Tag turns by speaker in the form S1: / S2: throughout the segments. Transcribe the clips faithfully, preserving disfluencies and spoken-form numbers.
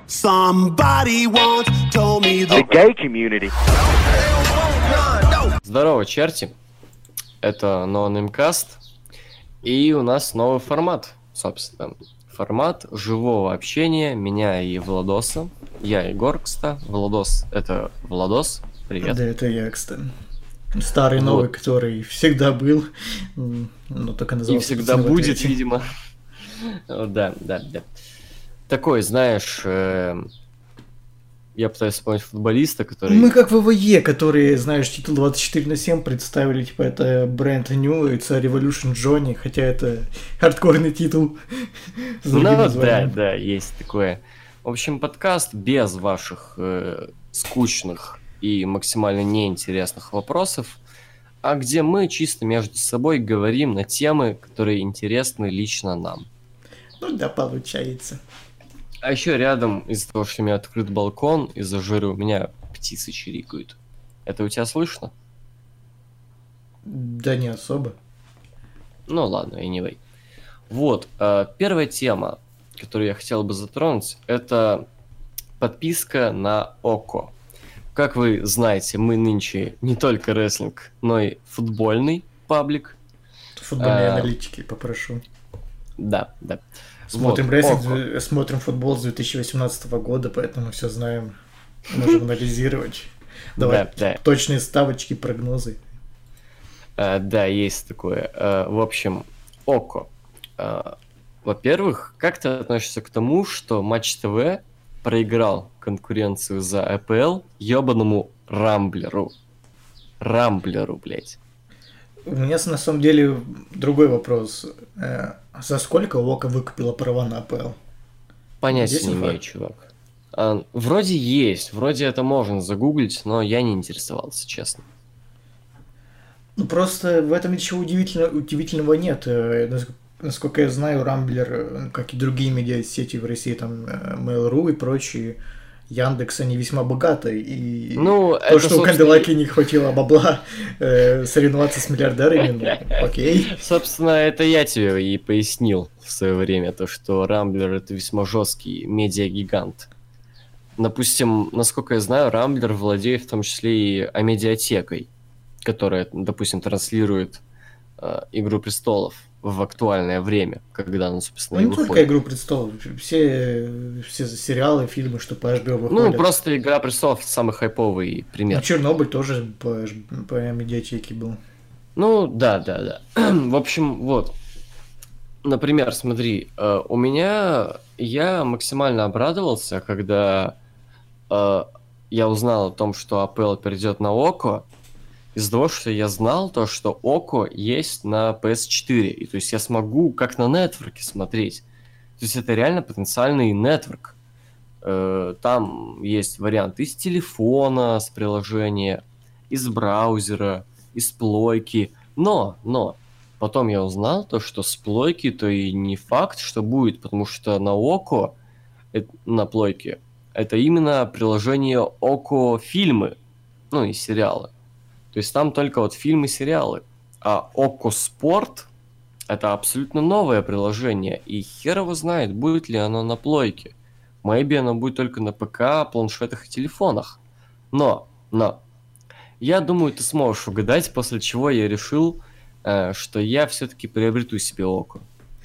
S1: Somebody once told me the
S2: gay community.
S3: Здорово, черти. Это NoNameCast. И у нас новый формат, собственно. Формат живого общения меня и Владоса. Я Егор, кстати. Владос — это Владос. Привет.
S4: Да, это я, кстати. Старый, вот. Новый, который всегда был, но только назывался...
S3: И всегда будет, видимо. Да, да, да. Такой, знаешь, э, я пытаюсь вспомнить футболиста, который...
S4: Мы как ВВЕ, которые, знаешь, титул двадцать четыре на семь представили, типа, это бренд New, it's a Revolution Johnny, хотя это хардкорный титул.
S3: Ну да, да, есть такое. В общем, подкаст без ваших э, скучных и максимально неинтересных вопросов, а где мы чисто между собой говорим на темы, которые интересны лично нам.
S4: Ну да, получается.
S3: А еще рядом, из-за того, что у меня открыт балкон, из-за жиры у меня птицы чирикают. Это у тебя слышно?
S4: Да не особо.
S3: Ну ладно, anyway. Вот, э, первая тема, которую я хотел бы затронуть, это подписка на ОКО. Как вы знаете, мы нынче не только рестлинг, но и футбольный паблик.
S4: Футбольные
S3: а,
S4: аналитики, попрошу.
S3: Да, да.
S4: Смотрим
S3: вот,
S4: рестлинг,
S3: ОКО.
S4: смотрим футбол с две тысячи восемнадцатого года, поэтому все знаем, можем анализировать. Давай точные ставочки, прогнозы.
S3: Да, есть такое. В общем, ОКО. Во-первых, как ты относишься к тому, что Матч ТВ проиграл конкуренцию за АПЛ ебаному Рамблеру? Рамблеру, блядь.
S4: У меня на самом деле другой вопрос. За сколько ОКО выкупила права на АПЛ?
S3: Понятия не имею, чувак. А, вроде есть, вроде это можно загуглить, но я не интересовался, честно.
S4: Ну просто в этом ничего удивительного, удивительного нет. Насколько я знаю, Рамблер, как и другие медиасети в России, там Mail.ru и прочие, Яндекс, они весьма богаты, и
S3: ну,
S4: то,
S3: это,
S4: что
S3: собственно...
S4: у Кадиллаки не хватило бабла э, соревноваться с миллиардерами, ну, окей.
S3: Собственно, это я тебе и пояснил в свое время, то, что Рамблер — это весьма жесткий медиагигант. Допустим, насколько я знаю, Рамблер владеет в том числе и Амедиатекой, которая, допустим, транслирует э, «Игру престолов» в актуальное время, когда она, собственно,
S4: ну,
S3: и
S4: не
S3: выходит.
S4: только «Игру престолов», все, все сериалы, фильмы, что по эйч би о выходят.
S3: Ну, просто «Игра престолов» самый хайповый пример.
S4: Ну, «Чернобыль» тоже по, по медиатеке был.
S3: Ну, да, да, да. В общем, вот. Например, смотри, э, у меня... Я максимально обрадовался, когда э, я узнал о том, что АПЛ перейдет на ОКО, из-за того, что я знал то, что ОКО есть на пи эс четыре. И то есть я смогу как на нетворке смотреть. То есть это реально потенциальный нетворк. Э, там есть варианты из телефона, с приложения, из браузера, из плойки. Но, но, потом я узнал то, что с плойки то и не факт, что будет, потому что на ОКО, на плойке, это именно приложение ОКО фильмы, ну и сериалы. То есть там только вот фильмы, сериалы. А ОКО Спорт — это абсолютно новое приложение. И хер его знает, будет ли оно на плойке. Maybe оно будет только на ПК, планшетах и телефонах. Но, но, я думаю, ты сможешь угадать, после чего я решил, э, что я все-таки приобрету себе ОКО.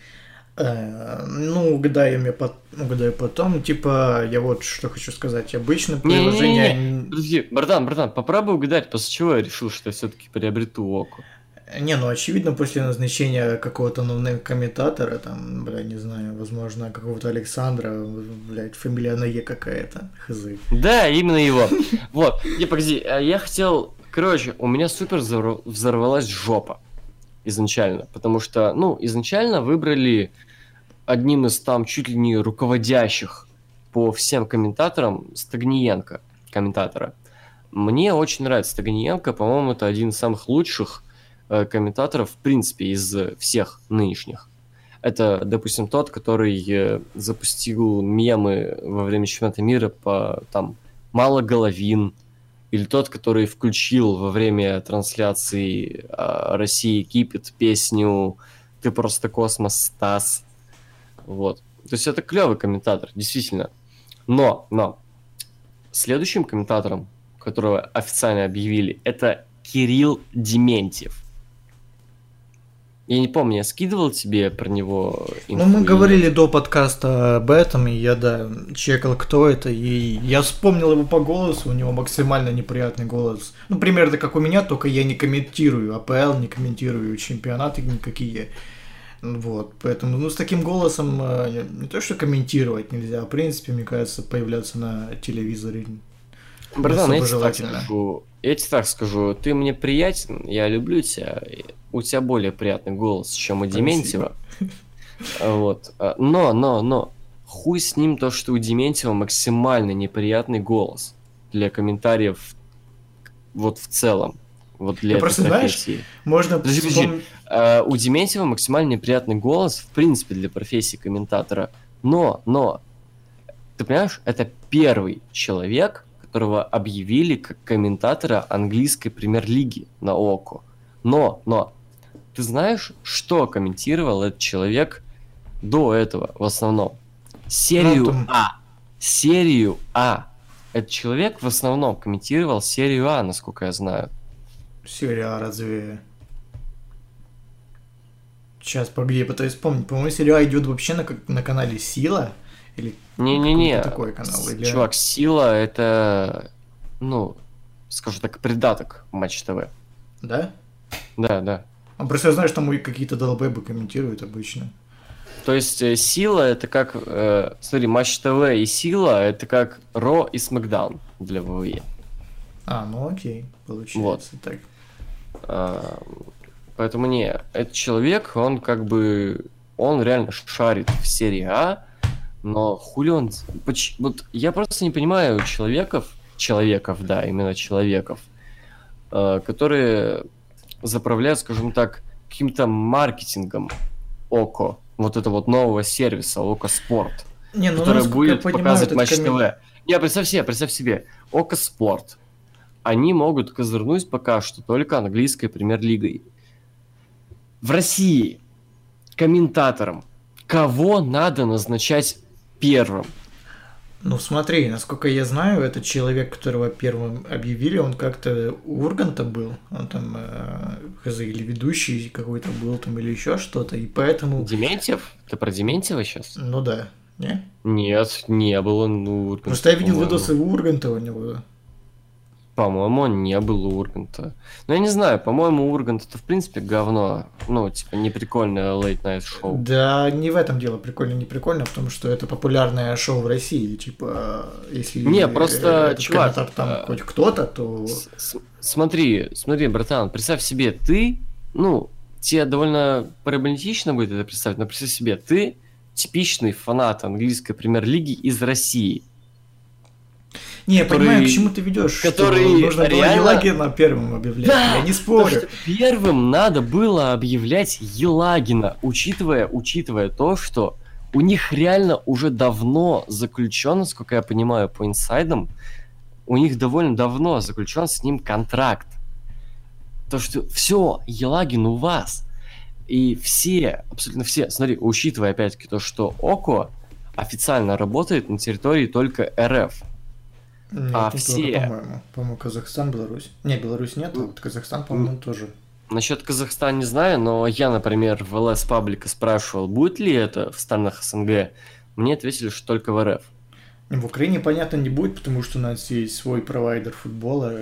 S4: Э, ну, угадаю я по- угадаю потом. Типа, я вот что хочу сказать. Обычно приложение...
S3: Не-не-не, подожди, братан, братан, попробуй угадать, после чего я решил, что я все-таки приобрету ОКО.
S4: Не, ну очевидно, после назначения какого-то нового комментатора, там, бля, не знаю, возможно, какого-то Александра, блядь, фамилия на Е какая-то, хз.
S3: Да, именно его. Вот, не, погоди, я хотел... Короче, у меня супер взорвалась жопа изначально, потому что, ну, изначально выбрали одним из там чуть ли не руководящих по всем комментаторам Стагниенко, комментатора. Мне очень нравится Стагниенко, по-моему, это один из самых лучших э, комментаторов, в принципе, из всех нынешних. Это, допустим, тот, который э, запустил мемы во время чемпионата мира по, там, «Мало головин», или тот, который включил во время трансляции э, «Россия кипит» песню «Ты просто космос, Стас». Вот. То есть это клевый комментатор, действительно. Но, но, следующим комментатором, которого официально объявили, это Кирилл Дементьев. Я не помню, я скидывал тебе про него инфу?
S4: Ну, мы
S3: или
S4: говорили
S3: нет?
S4: до подкаста об этом, и я, да, чекал, кто это, и я вспомнил его по голосу, у него максимально неприятный голос. Ну, примерно как у меня, только я не комментирую АПЛ, не комментирую чемпионаты никакие. Вот, поэтому, ну, с таким голосом э, не то, что комментировать нельзя, а, в принципе, мне кажется, появляться на телевизоре не
S3: Братан, я
S4: особо
S3: тебе так
S4: желательно.
S3: скажу, я тебе так скажу, ты мне приятен, я люблю тебя, и у тебя более приятный голос, чем у Дементьева. Вот. а, Но, но, но, хуй с ним то, что у Дементьева максимально неприятный голос для комментариев вот в целом, вот для
S4: Я
S3: этой
S4: просто, знаешь,
S3: профессии.
S4: можно
S3: Подожди, подожди.
S4: вспомнить...
S3: А, У Дементьева максимально неприятный голос, в принципе, для профессии комментатора. Но, но, ты понимаешь, это первый человек, которого объявили как комментатора английской премьер-лиги на ОКО. Но, но, ты знаешь, что комментировал этот человек до этого в основном? Серию
S4: Ну, там-
S3: А. Серию А. Этот человек в основном комментировал серию А, насколько я знаю.
S4: Серия А разве... Сейчас, погоди, я пытаюсь вспомнить. По-моему, серия идет вообще на, как- на канале Сила? Или
S3: Не-не-не,
S4: какой-то такой канал?
S3: с-
S4: Или...
S3: чувак, Сила это, ну, скажу так, придаток Матч ТВ.
S4: Да?
S3: Да, да.
S4: А просто я знаю, что там и какие-то долбэбы комментируют обычно.
S3: То есть э, Сила это как, э, смотри, Матч ТВ и Сила это как Ро и Смакдаун для ВВЕ.
S4: А, ну окей, получается
S3: Вот.
S4: так.
S3: А, Поэтому не, этот человек, он как бы, он реально шарит в серии А, но хули он... поч- Вот я просто не понимаю человеков, человеков, да, именно человеков, э, которые заправляют, скажем так, каким-то маркетингом ОКО, вот это вот нового сервиса ОКО Спорт,
S4: Не, ну,
S3: который
S4: насколько я
S3: будет
S4: понимаю,
S3: показывать
S4: этот
S3: Матч
S4: коммен-
S3: ТВ. Не, представь себе, представь себе, ОКО Спорт. Они могут козырнуть пока что только английской премьер-лигой. В России комментатором кого надо назначать первым?
S4: Ну смотри, насколько я знаю, этот человек, которого первым объявили, он как-то у Урганта был. Он там, э, хз, или ведущий какой-то был там, или еще что-то. И поэтому...
S3: Дементьев? Ты про Дементьева сейчас?
S4: Ну да, не?
S3: Нет, не был он у Урганта.
S4: Просто я видел
S3: по-моему.
S4: видосы у Урганта у него.
S3: По-моему, он не был у Урганта. Но я не знаю, по-моему, Ургант это в принципе говно. Ну, типа, не прикольное лейт-найт шоу.
S4: Да, не в этом дело, прикольно, не прикольно, потому что это популярное шоу в России, типа, если
S3: Не, просто,
S4: этот
S3: чувак,
S4: комментатор там
S3: э,
S4: хоть кто-то, то...
S3: С- с- Смотри, смотри, братан, представь себе, ты, ну, тебе довольно проблематично будет это представить, но представь себе, ты типичный фанат английской премьер-лиги из России.
S4: Не, я
S3: который-
S4: понимаю, к чему ты ведешь,
S3: который
S4: что нужно было
S3: реально-
S4: Елагина первым объявлять, я не
S3: То,
S4: спорю.
S3: что первым надо было объявлять Елагина, учитывая, учитывая то, что у них реально уже давно заключен, насколько я понимаю, по инсайдам, у них довольно давно заключен с ним контракт. То, что все, Елагин у вас. И все, абсолютно все, смотри, учитывая опять-таки то, что ОКО официально работает на территории только РФ.
S4: Нет,
S3: а
S4: не
S3: все-
S4: только, по-моему. По-моему, Казахстан, Беларусь. Не, Беларусь нет, а вот Казахстан, по-моему, тоже.
S3: Насчет Казахстана не знаю, но я, например, в ЛС Паблика спрашивал, будет ли это в странах СНГ. Мне ответили, что только в РФ.
S4: В Украине, понятно, не будет, потому что у нас есть свой провайдер футбола.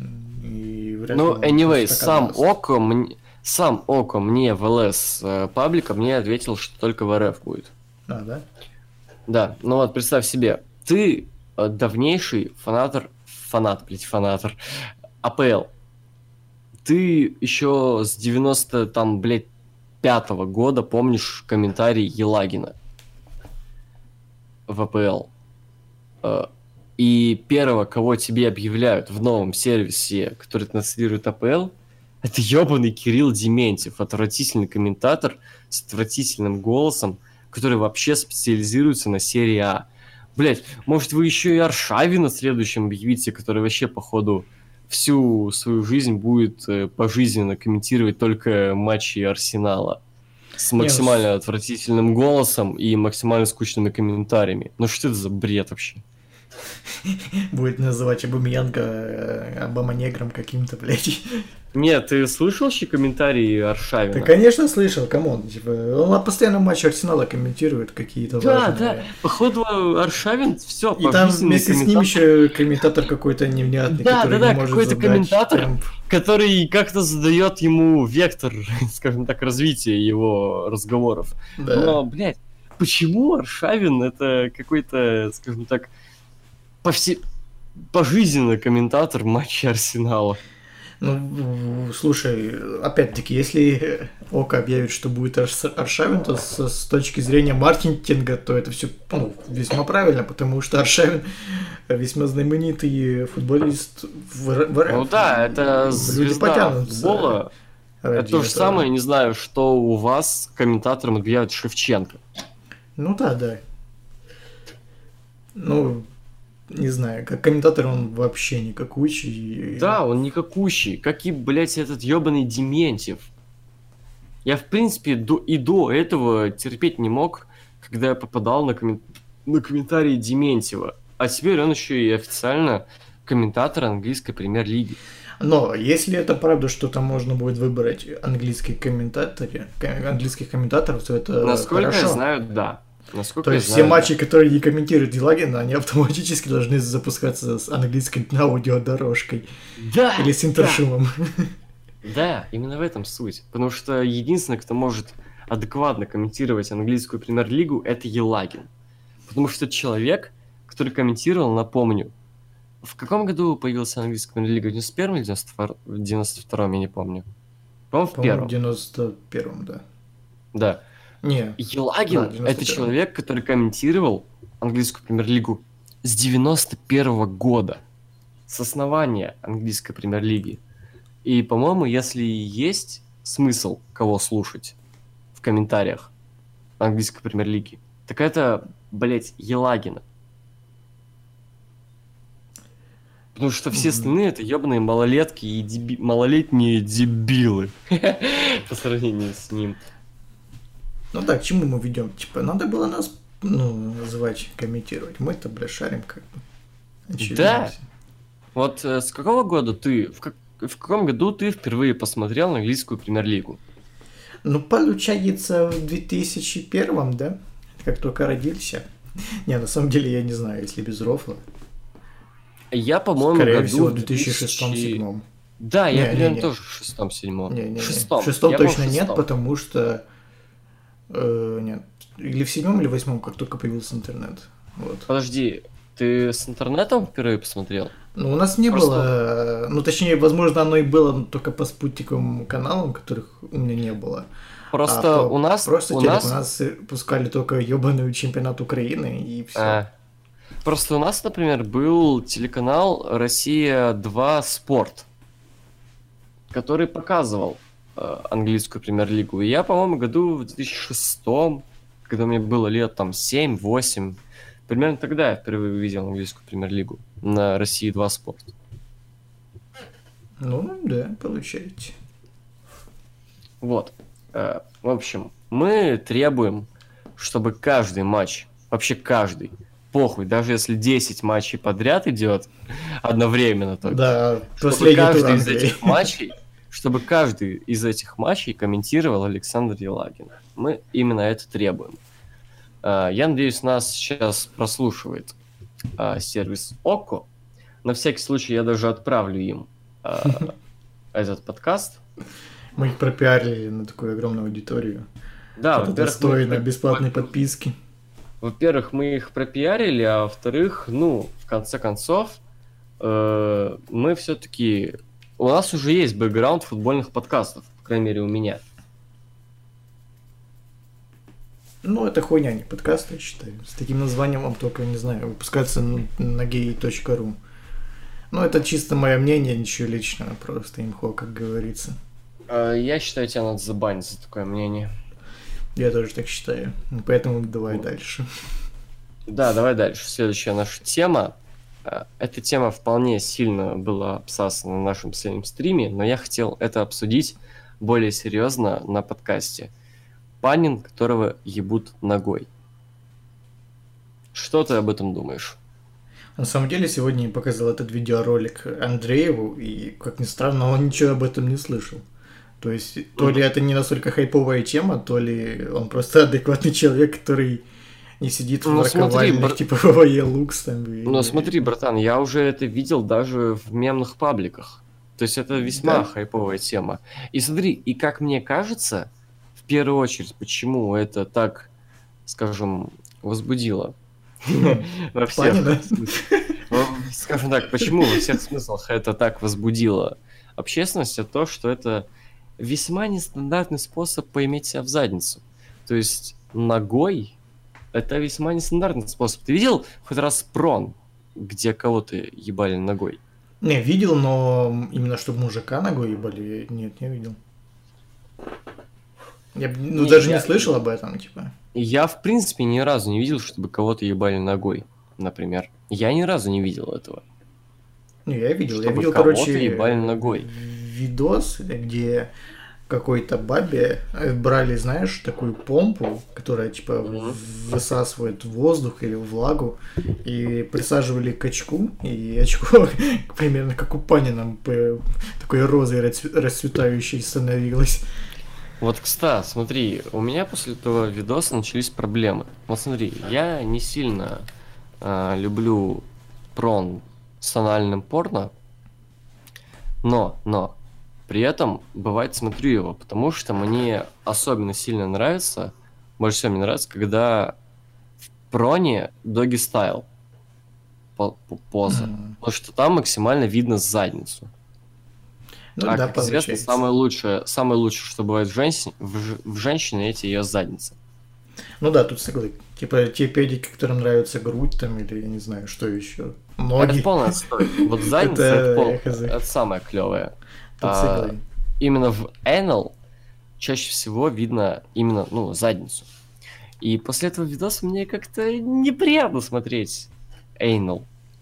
S4: И вряд ли
S3: Ну,
S4: он
S3: anyway,
S4: просто так
S3: сам
S4: отдаст.
S3: ОКО, мне- сам ОКО мне в ЛС э, Паблика мне ответил, что только в РФ будет.
S4: А, да?
S3: Да, ну вот представь себе, ты э, давнейший фанатор, фанат, блядь, фанатор АПЛ. Ты еще с девяносто, там, блядь, пятого года помнишь комментарий Елагина в АПЛ. Э, И первого, кого тебе объявляют в новом сервисе, который транслирует АПЛ, это ебаный Кирилл Дементьев, отвратительный комментатор с отвратительным голосом, который вообще специализируется на серии А. Блять, может вы еще и Аршавина следующим объявите, который вообще, походу, всю свою жизнь будет э, пожизненно комментировать только матчи Арсенала. С
S4: Не,
S3: максимально отвратительным голосом и максимально скучными комментариями. Ну что это за бред вообще?
S4: Будет называть Абамиянга э, Обама-негром каким-то, блядь.
S3: Нет, ты слышал еще комментарии Аршавина?
S4: Ты, конечно, слышал, камон. Типа, он постоянно матчи Арсенала комментирует какие-то
S3: Да,
S4: важные.
S3: да. Походу Аршавин все.
S4: И там вместе с ним еще комментатор какой-то невнятный,
S3: Да,
S4: который
S3: да, да,
S4: не может
S3: какой-то
S4: задать
S3: комментатор,
S4: темп.
S3: который как-то задает ему вектор, скажем так, развития его разговоров.
S4: Да.
S3: Но, блядь, почему Аршавин это какой-то, скажем так, повсе... пожизненный комментатор матча Арсенала?
S4: Ну, слушай, опять-таки, если Ока объявит, что будет Арс- Аршавин, то с, с точки зрения маркетинга, то это все ну, весьма правильно, потому что Аршавин весьма знаменитый футболист в, Р- в РФ.
S3: Ну да, это
S4: Люди
S3: звезда
S4: потянутся
S3: футбола.
S4: ради
S3: Это то же
S4: этого.
S3: самое, не знаю, что у вас комментатором объявят Шевченко.
S4: Ну да, да. Ну, не знаю, как комментатор он вообще никакучий.
S3: Да, он никакущий, как и, блядь, этот ёбаный Дементьев. Я, в принципе, до, и до этого терпеть не мог, когда я попадал на, коммен... на комментарии Дементьева. А теперь он еще и официально комментатор английской премьер-лиги.
S4: Но если это правда, что там можно будет выбрать английских комментаторов, английских комментаторов, то это
S3: Насколько
S4: хорошо.
S3: я знаю, да. Насколько
S4: То
S3: я
S4: есть
S3: знаю,
S4: все матчи,
S3: да.
S4: которые не комментирует Елагин, они автоматически должны запускаться с английской аудиодорожкой
S3: Да,
S4: или с интершумом.
S3: да, именно в этом суть. Потому что единственный, кто может адекватно комментировать английскую премьер-лигу, это Елагин. Потому что человек, который комментировал, напомню, в каком году появился английская премьер-лига? В девяносто первом или в девяносто втором, я не помню. По-моему, в
S4: По-моему,
S3: первом.
S4: в девяносто первом, да.
S3: Да.
S4: Не,
S3: Елагин
S4: Да,
S3: это
S4: девяносто первом.
S3: человек, который комментировал английскую премьер-лигу с девяносто первого года. С основания английской премьер-лиги. И, по-моему, если есть смысл кого слушать в комментариях английской премьер-лиги, так это, блять, Елагина. Потому что все остальные это ебаные малолетки и деби... малолетние дебилы по сравнению с ним.
S4: ну да, к чему мы ведем? Типа, надо было нас, ну, называть, комментировать. Мы-то, бля, шарим как бы. Очевидно
S3: Да.
S4: всё.
S3: Вот э, с какого года ты, в, как... в каком году ты впервые посмотрел на английскую премьер-лигу?
S4: Ну, получается, в две тысячи первом, да? Как только родился. Не, на самом деле я не знаю, если без рофла.
S3: Я, по-моему,
S4: Скорее
S3: году
S4: всего,
S3: в
S4: в две тысячи шестом-седьмом.
S3: Да, я
S4: Не, не,
S3: примерно
S4: не.
S3: тоже в шестом-седьмом.
S4: Не-не-не.
S3: В шестом.
S4: В шестом
S3: Я был в
S4: точно нет,
S3: шестом.
S4: потому что... э, нет. Или в седьмом, или в восьмом, как только появился интернет. Вот.
S3: Подожди, ты с интернетом впервые посмотрел?
S4: Ну, у нас не
S3: Просто-
S4: было... э, Ну, точнее, возможно, оно и было, но только по спутниковым каналам, которых у меня не было.
S3: Просто
S4: А по-
S3: у нас...
S4: Просто
S3: у
S4: телек
S3: нас...
S4: у нас э, пускали только ебаный чемпионат Украины, и все.
S3: А, просто у нас, например, был телеканал Россия два Спорт, который показывал э, английскую премьер-лигу. И я, по-моему, году в две тысячи шестом, когда мне было лет там семь-восемь, примерно тогда я впервые увидел английскую премьер-лигу на России два Спорт.
S4: Ну, да, получаете.
S3: Вот. Э, В общем, мы требуем, чтобы каждый матч, вообще каждый, похуй, даже если десять матчей подряд идет одновременно только,
S4: Да,
S3: чтобы
S4: последний тур,
S3: каждый из
S4: Андрей.
S3: этих матчей, чтобы каждый из этих матчей комментировал Александр Елагин. Мы именно это требуем. Э, Я надеюсь, нас сейчас прослушивает э, сервис Око. На всякий случай я даже отправлю им э, этот подкаст.
S4: Мы их пропиарили на такую огромную аудиторию.
S3: Да,
S4: это
S3: во-первых, мы
S4: достойно
S3: их-
S4: бесплатной подписки.
S3: Во-первых, мы их пропиарили, а во-вторых, ну, в конце концов, э, мы все-таки... У нас уже есть бэкграунд футбольных подкастов, по крайней мере, у меня.
S4: Ну, это хуйня, не подкаст, я считаю. С таким названием вам только, не знаю, выпускаться на, на гей точка ру. Ну, это чисто мое мнение, ничего личного, просто имхо, как говорится.
S3: Э, я считаю, тебя надо забанить за такое мнение.
S4: Я тоже так считаю. Поэтому давай
S3: Вот.
S4: дальше.
S3: Да, давай дальше. Следующая наша тема. Э, Эта тема вполне сильно была обсасана на нашем последнем стриме, но я хотел это обсудить более серьезно на подкасте. Панин, которого ебут ногой. Что ты об этом думаешь?
S4: На самом деле, сегодня я показал этот видеоролик Андрееву, и, как ни странно, он ничего об этом не слышал. То есть, то ли это не настолько хайповая тема, то ли он просто адекватный человек, который не сидит в
S3: Ну, смотри,
S4: нарковальных,
S3: бр-
S4: типа ВВЕ Лукс там. и-
S3: Ну смотри, братан, я уже это видел даже в мемных пабликах. То есть это весьма
S4: Да?
S3: хайповая тема. И смотри, и как мне кажется, в первую очередь, почему это так, скажем, возбудило во всех
S4: Панина?
S3: смыслах. Во- Скажем так, почему во всех смыслах это так возбудило общественность, это то, что это весьма нестандартный способ поиметь себя в задницу. То есть ногой это весьма нестандартный способ. Ты видел хоть раз прон, где кого-то ебали ногой?
S4: Не, видел, но именно чтобы мужика ногой ебали, нет, не видел. Я б- ну,
S3: Не,
S4: даже
S3: я-
S4: не слышал об этом, типа.
S3: И Я, в принципе, ни разу не видел, чтобы кого-то ебали ногой, например. Я ни разу не видел этого.
S4: Ну, я видел, я
S3: Чтобы
S4: видел,
S3: кого-то
S4: короче,
S3: ебали ногой.
S4: видос, где какой-то бабе э, брали, знаешь, такую помпу, которая, типа,
S3: Мгм.
S4: высасывает воздух или влагу, и присаживали к очку, и очко примерно как у Панина п- такой розой расцве- расцветающей становилось.
S3: Вот, кстати, смотри, у меня после этого видоса начались проблемы. Вот смотри, я не сильно а, люблю прон с анальным порно, но, но, при этом, бывает, смотрю его, потому что мне особенно сильно нравится, больше всего мне нравится, когда в проне доги стайл по- по- поза,
S4: М.
S3: потому что там максимально видно задницу.
S4: Ну
S3: а,
S4: да,
S3: как известно,
S4: получается.
S3: самое лучшее, самое лучшее, что бывает в, женщине, в, ж- в женщине, эти ее задницы.
S4: Ну да, тут согласен. Типа те педики, которым нравится грудь там, или я не знаю, что еще. Ноги.
S3: Это полный отстой. Вот задница,
S4: Это
S3: это, пол-
S4: я хз.
S3: это самое клевое.
S4: Тут
S3: а,
S4: согласен.
S3: Именно в anal чаще всего видно именно, ну, задницу. И после этого видоса мне как-то неприятно смотреть anal.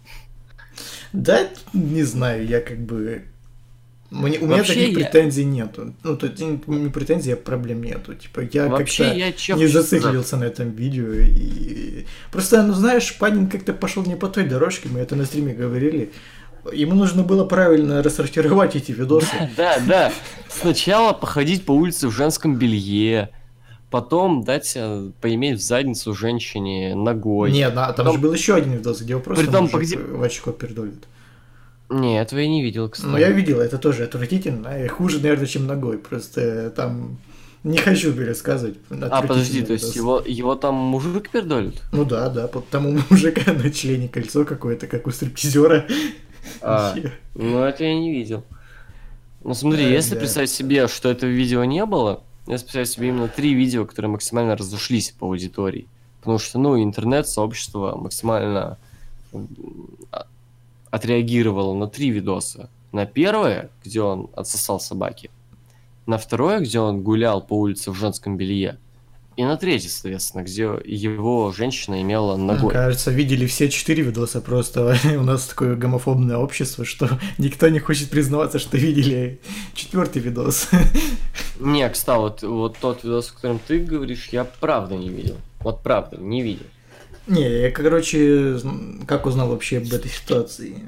S4: Да, не знаю, я как бы... Мне, у меня
S3: Вообще
S4: таких
S3: я-
S4: претензий нету. Ну, то есть не, не претензий, а проблем нету. Типа, я
S3: Вообще
S4: как-то
S3: я чё
S4: не
S3: хочу
S4: зациклился на этом видео. И... Просто, ну, знаешь, Панин как-то пошел не по той дорожке, мы это на стриме говорили. Ему нужно было правильно рассортировать эти видосы.
S3: Да, да. Сначала походить по улице в женском белье, потом дать э, поиметь в задницу женщине ногой.
S4: Нет, на- там
S3: Притом-
S4: же был еще один видос, где его просто
S3: Притом,
S4: мужик
S3: погоди.
S4: в очко пердолит.
S3: Не, этого я не видел, кстати.
S4: Но я видел, это тоже отвратительно. И хуже, наверное, чем ногой. Просто там... Не хочу пересказывать.
S3: А, подожди,
S4: Отвратительный
S3: то есть
S4: видос.
S3: его, его там мужик пердолит?
S4: Ну да, да, по- там у мужика на члене кольцо какое-то, как у стриптизера.
S3: А,
S4: Вообще.
S3: ну это я не видел. Ну смотри,
S4: Э,
S3: если
S4: да.
S3: представить себе, что этого видео не было, если представить себе именно три видео, которые максимально разошлись по аудитории, потому что, ну, интернет-сообщество максимально м, а- отреагировало на три видоса. На первое, где он отсосал собаки, на второе, где он гулял по улице в женском белье, и на третье, соответственно, где его женщина имела
S4: Мне
S3: ногой.
S4: кажется, видели все четыре видоса, просто у нас такое гомофобное общество, что никто не хочет признаваться, что видели четвертый видос.
S3: Не, кстати, вот, вот тот видос, о котором ты говоришь, я правда не видел. Вот правда, не видел.
S4: Не, я, короче, как узнал вообще об этой ситуации?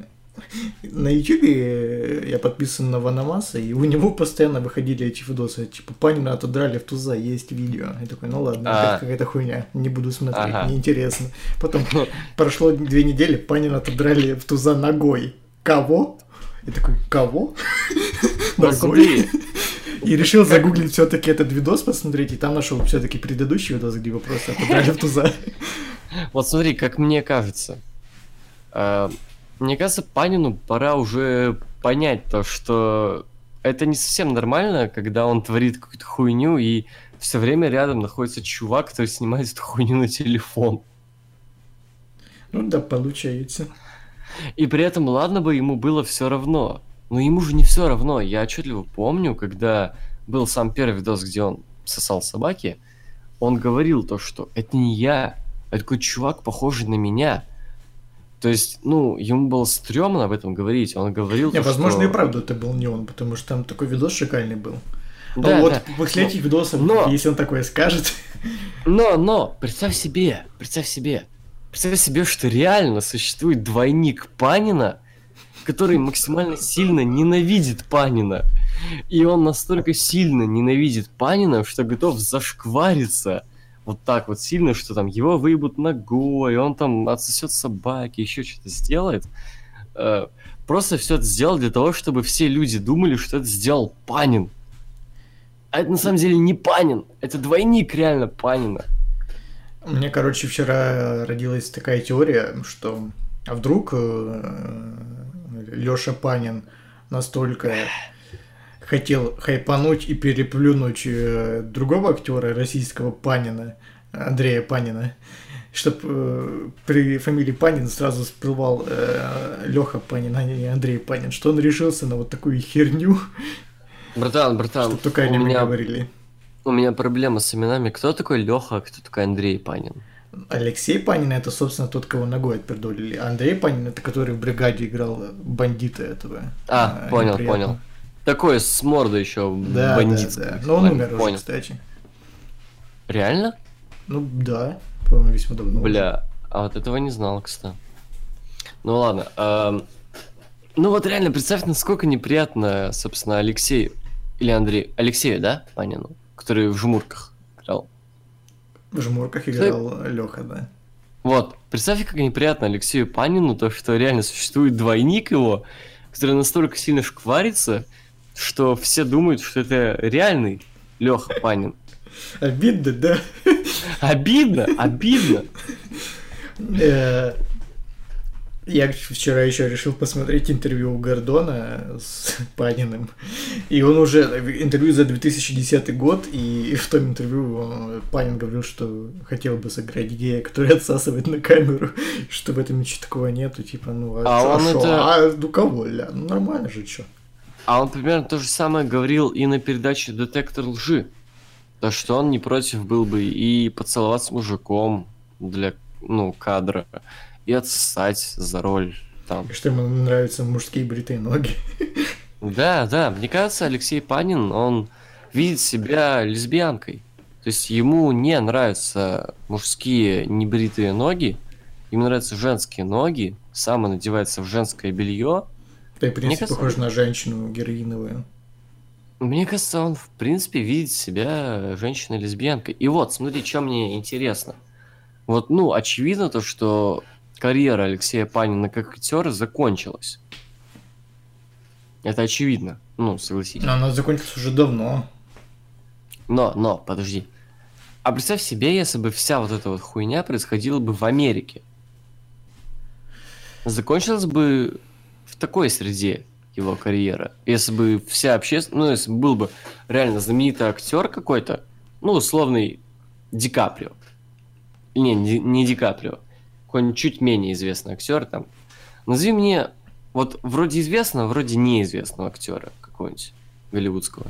S4: На ютубе я подписан на Ванамаса, и у него постоянно выходили эти видосы, типа Панина отодрали в туза, есть видео. Я такой, ну ладно,
S3: А.
S4: это какая-то хуйня, не буду смотреть,
S3: Ага.
S4: неинтересно. Потом прошло две недели, Панина отодрали в туза ногой. Кого? Я такой, кого?
S3: Вот смотри,
S4: И решил загуглить все-таки этот видос, посмотреть, и там нашел все-таки предыдущий видос, где его просто отодрали в туза.
S3: вот смотри, как мне кажется. э, Мне кажется, Панину пора уже понять то, что это не совсем нормально, когда он творит какую-то хуйню, и все время рядом находится чувак, который снимает эту хуйню на телефон.
S4: Ну да, получается.
S3: И при этом, ладно бы ему было все равно. Но ему же не все равно. Я отчетливо помню, когда был сам первый видос, где он сосал собаки, он говорил то, что это не я, это такой чувак, похожий на меня. То есть, ну, ему было стрёмно об этом говорить. Он говорил,
S4: Не,
S3: то,
S4: возможно,
S3: что...
S4: и правда это был не он, потому что там такой видос шикарный был.
S3: Да,
S4: Но вот
S3: да.
S4: после
S3: Но-
S4: этих видосов,
S3: но-
S4: если он такое скажет,
S3: Но, но, представь себе, представь себе, Представь себе, что реально существует двойник Панина, который максимально сильно ненавидит Панина. И он настолько сильно ненавидит Панина, что готов зашквариться вот так вот сильно, что там его выебут ногой, он там отсосет собаки, еще что-то сделает. Э, Просто все это сделал для того, чтобы все люди думали, что это сделал Панин. А это на самом деле не Панин, это двойник реально Панина.
S4: Мне, короче, вчера родилась такая теория, что а вдруг Лёша Панин настолько хотел хайпануть и переплюнуть э, другого актера российского Панина, Андрея Панина, чтобы э, при фамилии Панин сразу всплывал э, Лёха Панин, а не Андрей Панин, что он решился на вот такую херню.
S3: Братан, братан,
S4: Что только они
S3: у
S4: мне
S3: меня,
S4: говорили.
S3: у меня проблема с именами. Кто такой Леха, а кто такой Андрей Панин?
S4: Алексей Панин это, собственно, тот, кого ногой отпердолили. А Андрей Панин это который в бригаде играл бандита этого.
S3: А,
S4: э,
S3: понял,
S4: неприятно.
S3: понял. Такой с мордой еще
S4: Да,
S3: бандитской.
S4: да, да. Но он
S3: Ладно,
S4: умер уже,
S3: понял.
S4: кстати.
S3: Реально?
S4: Ну да, по-моему, весьма давно.
S3: Бля, а вот этого не знал, кстати. Ну ладно. эм, Ну вот реально, представь, насколько неприятно, собственно, Алексею или Андрею. Алексею, да, Панину? Который в «Жмурках» играл.
S4: В жмурках играл Леха, да.
S3: Вот, представь, как неприятно Алексею Панину, то, что реально существует двойник его, который настолько сильно шкварится, что все думают, что это реальный Леха Панин.
S4: Обидно, да?
S3: Обидно, обидно.
S4: Э, Я вчера еще решил посмотреть интервью у Гордона с Паниным. И он уже интервью за две тысячи десятый год, и в том интервью он- Панин говорил, что хотел бы сыграть гея, который отсасывает на камеру, что в этом ничего такого нету, типа, ну, а,
S3: А
S4: чё,
S3: он
S4: шо?
S3: это-
S4: А, ну кого, ля? Ну нормально же, чё?
S3: А он примерно то же самое говорил и на передаче «Детектор лжи». То, что он не против был бы и поцеловаться с мужиком для, ну, кадра, и отсосать за роль там.
S4: И что ему нравятся мужские бритые ноги.
S3: Да, да, мне кажется, Алексей Панин, он видит себя лесбиянкой. То есть ему не нравятся мужские небритые ноги, ему нравятся женские ноги, сам он одевается в женское белье.
S4: Ты, в принципе,
S3: кажется,
S4: похож на женщину героиновую.
S3: Мне кажется, он в принципе видит себя женщиной-лесбиянкой. И вот, смотри, что мне интересно. Вот, ну, очевидно то, что карьера Алексея Панина как актера закончилась. Это очевидно. Ну, согласитесь.
S4: Но она закончилась уже давно.
S3: Но, но, подожди. А представь себе, если бы вся вот эта вот хуйня происходила бы в Америке. Закончилась бы в такой среде его карьера. Если бы вся общественность... Ну, если бы был бы реально знаменитый актер какой-то, ну, условный Ди Каприо. Не, не, не Ди Каприо. Какой-нибудь чуть менее известный актер там. Назови мне вот вроде известного, вроде неизвестного актера какого-нибудь голливудского.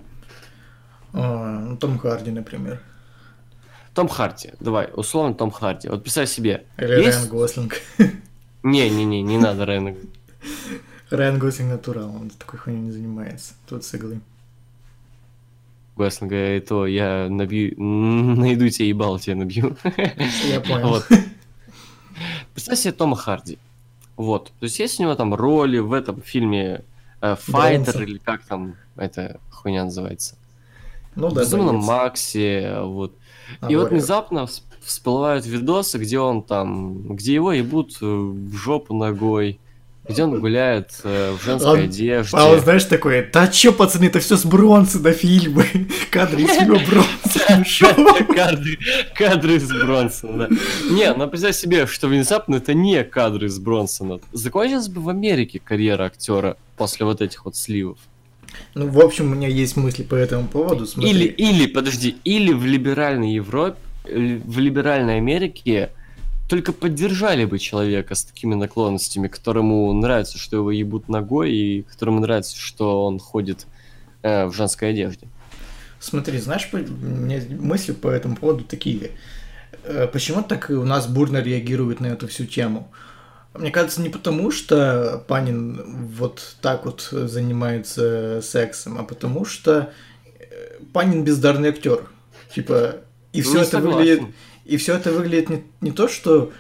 S4: А, ну, Том Харди, например.
S3: Том Харди, давай, условно Том Харди. Вот представь себе.
S4: Или
S3: есть-
S4: Райан Гослинг.
S3: Не-не-не, не надо Райана.
S4: Райан Гослинг натурал, он такой хуйней не занимается. Тут с иглы.
S3: Гослинга, и то я набью, м, найду тебе ебало, тебе набью.
S4: Я понял.
S3: Вот. Представь себе Тома Харди. Вот. То есть есть у него там роли в этом фильме э, Файтер,
S4: Бронсон.
S3: или как там эта хуйня называется.
S4: Ну
S3: В
S4: да,
S3: Безумном
S4: боец.
S3: Максе, вот.
S4: А,
S3: И вот
S4: Warrior.
S3: внезапно вс- всплывают видосы, где он там, где его ебут э, в жопу ногой, где он гуляет э, в женской
S4: Он-
S3: одежде.
S4: А он, знаешь, такой, да чё, пацаны, это все с Бронсона фильмы. Кадры из фильма Бронсона. Шо?
S3: Кадры, кадры из Бронсона, да. Не, ну представь себе, что внезапно это не кадры из Бронсона. Закончилась бы в Америке карьера актера после вот этих вот сливов.
S4: Ну, в общем, у меня есть мысли по этому поводу. Смотри.
S3: Или, или, подожди, или в либеральной Европе, э, в либеральной Америке только поддержали бы человека с такими наклонностями, которому нравится, что его ебут ногой, и которому нравится, что он ходит э, в женской одежде.
S4: Смотри, знаешь, по- у меня мысли по этому поводу такие. Э, Почему так у нас бурно реагируют на эту всю тему? Мне кажется, не потому, что Панин вот так вот занимается сексом, а потому что э, Панин бездарный актер. Типа, и все
S3: Не
S4: это
S3: согласен.
S4: выглядит, и все это выглядит не, не то, что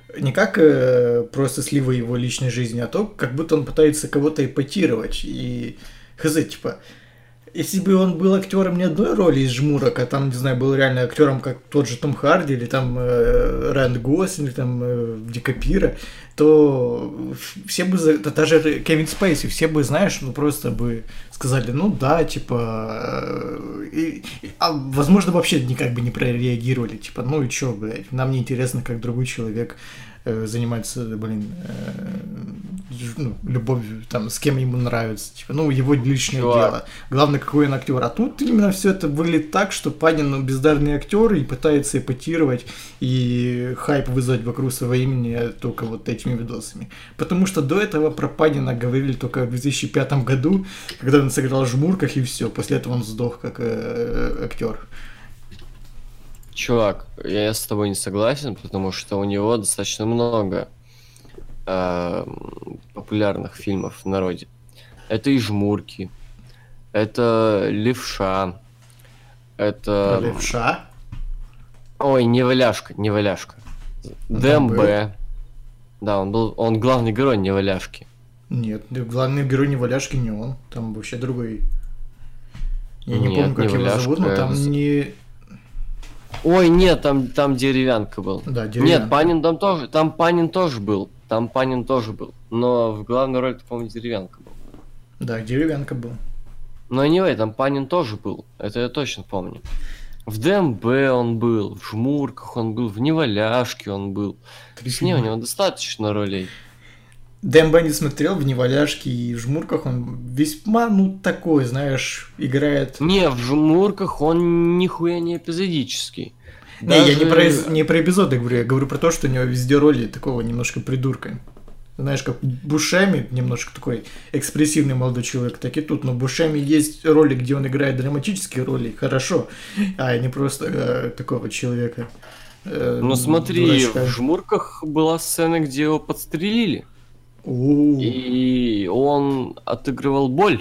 S4: не как э, просто слива его личной жизни, а то, как будто он пытается кого-то эпатировать. И хз, типа, если бы он был актером не одной роли из «Жмурок», а там, не знаю, был реально актером, как тот же Том Харди, или там э, Райан Гослинг, или там э, Ди Каприо, то все бы, за- да даже Кевин Спейси, все бы, знаешь, ну просто бы сказали, ну да, типа, э, и- и- а возможно вообще никак бы не прореагировали, типа, ну и чё, блядь, нам не интересно, как другой человек э, занимается, блин, э, ж- ну, любовью, там, с кем ему нравится, типа, ну, его личное
S3: Чувак.
S4: дело. Главное, какой он актер. А тут именно все это выглядит так, что Панин ну, бездарный актер и пытается эпатировать и хайп вызвать вокруг своего имени только вот этими видосами. Потому что до этого про Панина говорили только в две тысячи пятом году, когда он сыграл в «Жмурках» и все. После этого он сдох как э, актер.
S3: Чувак, я с тобой не согласен, потому что у него достаточно много э, популярных фильмов в народе. Это и «Жмурки», это «Левша», это...
S4: Левша?
S3: Ой, не «Валяшка», не «Валяшка». ДМБ. Да, он был, он главный герой не «Валяшки».
S4: Нет, главный герой не Валяшки, не он. Там вообще другой. Я не
S3: Нет,
S4: помню, как
S3: не
S4: его
S3: Валяшка,
S4: зовут, но там
S3: это-
S4: не...
S3: Ой, нет, там, там деревянка был.
S4: Да,
S3: Нет,
S4: деревянка.
S3: Панин там тоже, там Панин тоже был. Там Панин тоже был. Но в главной роли, по-моему, деревянка был.
S4: Да, деревянка был.
S3: Но anyway, там Панин тоже был. Это я точно помню. В ДМБ он был, в «Жмурках» он был, в «Неваляшке» он был.
S4: Три
S3: Не, у
S4: фильма.
S3: него достаточно ролей.
S4: ДМБ не смотрел, в «Неваляшке» и в «Жмурках» он весьма, ну, такой, знаешь, играет...
S3: Не, в «Жмурках» он нихуя не эпизодический.
S4: Не, я не
S3: Даже-
S4: про, из- не про эпизоды говорю, я говорю про то, что у него везде роли такого немножко придурка. Знаешь, как Бушеми, немножко такой экспрессивный молодой человек, так и тут. Но в Бушеми есть роли, где он играет драматические роли, хорошо, а не просто э, такого человека. э,
S3: Ну смотри,
S4: дурачка.
S3: в «Жмурках» была сцена, где его подстрелили.
S4: У.
S3: И он отыгрывал боль.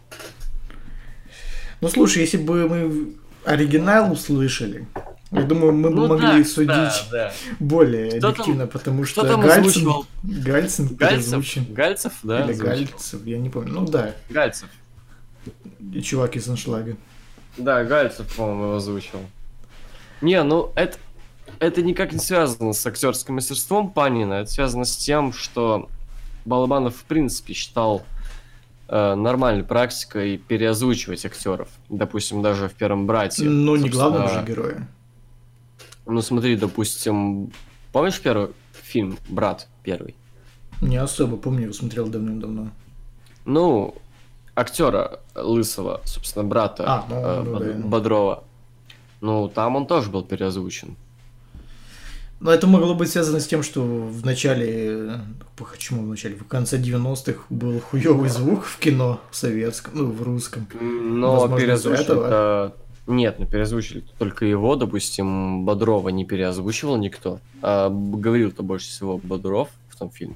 S4: Ну слушай, если бы мы оригинал услышали, я думаю, мы бы
S3: Ну
S4: могли
S3: да,
S4: судить
S3: да, да.
S4: более
S3: Кто там-
S4: объективно, потому
S3: кто
S4: что
S3: там
S4: Гальцин,
S3: озвучивал?
S4: Гальцин
S3: Гальцев?
S4: переозвучен.
S3: Гальцев, да?
S4: Или
S3: озвучил?
S4: Гальцев, я не помню. Ну да,
S3: Гальцев.
S4: и чувак из «Аншлага».
S3: Да, Гальцев, по-моему, его озвучил. Не, ну это, это никак не связано с актерским мастерством Панина, это связано с тем, что Балабанов в принципе считал э, нормальной практикой переозвучивать актеров. Допустим, даже в «Первом брате».
S4: Ну, не
S3: Собственно,
S4: главного же героя.
S3: Ну смотри, допустим, помнишь первый фильм «Брат» первый?
S4: Не особо помню, его смотрел давным-давно.
S3: Ну, актера лысого, собственно, брата
S4: А, ну,
S3: э,
S4: ну
S3: Бод-
S4: да, ну.
S3: Бодрова. Ну, там он тоже был переозвучен.
S4: Но это могло быть связано с тем, что в начале, почему в начале, в конце девяностых был хуёвый звук в кино в советском, ну, в русском.
S3: Но
S4: Возможно, из-за
S3: переозвучили
S4: этого.
S3: это... Нет, ну переозвучили только его, допустим, Бодрова не переозвучивал никто. А б- говорил-то больше всего Бодров в том фильме.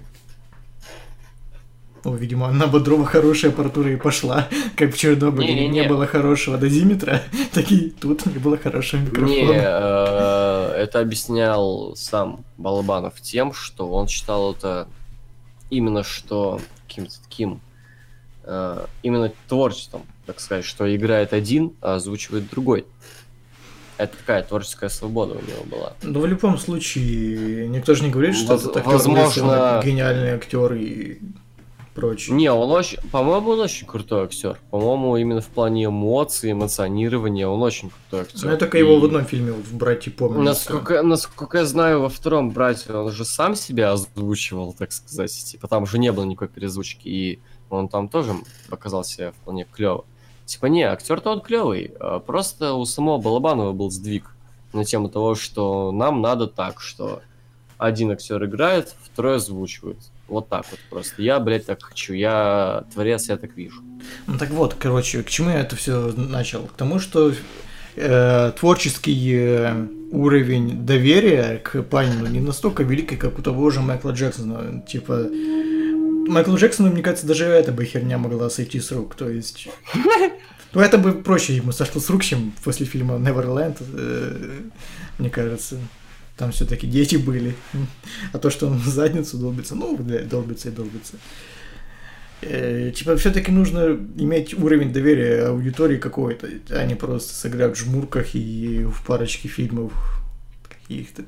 S4: Ну, видимо, на Бодрова хорошая аппаратура и пошла. Как в Чернобыле не,
S3: Не-не-не.
S4: было хорошего дозиметра, так и тут не было хорошего
S3: Не,
S4: микрофона.
S3: э, это объяснял сам Балабанов тем, что он считал это именно что каким-то таким э, именно творчеством, так сказать, что играет один, а озвучивает другой. Это такая творческая свобода у него была.
S4: Но в любом случае, никто же не говорит, что
S3: Воз-
S4: этот актер
S3: возможно-
S4: Лысый, он гениальный актер и прочее.
S3: Не, он очень, по-моему, он очень крутой актер. По-моему, именно в плане эмоций, эмоционирования он очень крутой актер.
S4: Ну, я только его
S3: И
S4: в одном фильме в «Братья» помню.
S3: Насколько, насколько я знаю, во втором «Брате» он же сам себя озвучивал, так сказать. Типа там уже не было никакой переозвучки, и он там тоже показал себя вполне клево. Типа не, актер-то он клевый, просто у самого Балабанова был сдвиг на тему того, что нам надо так, что один актер играет, второй озвучивает. Вот так вот просто. Я, блядь, так хочу. Я творец, я так вижу.
S4: Ну так вот, короче, к чему я это все начал? К тому, что э, творческий э, уровень доверия к Панину не настолько великий, как у того же Майкла Джексона. Типа, Майклу Джексону, мне кажется, даже эта бы херня могла сойти с рук. То есть... Ну, это бы проще ему сошло с рук, чем после фильма Neverland, э, мне кажется. Там все-таки дети были. А то, что он в задницу долбится, ну, бля, долбится и долбится. Э, типа, все-таки нужно иметь уровень доверия аудитории какой-то, а не просто сыграть в жмурках и в парочке фильмов каких-то.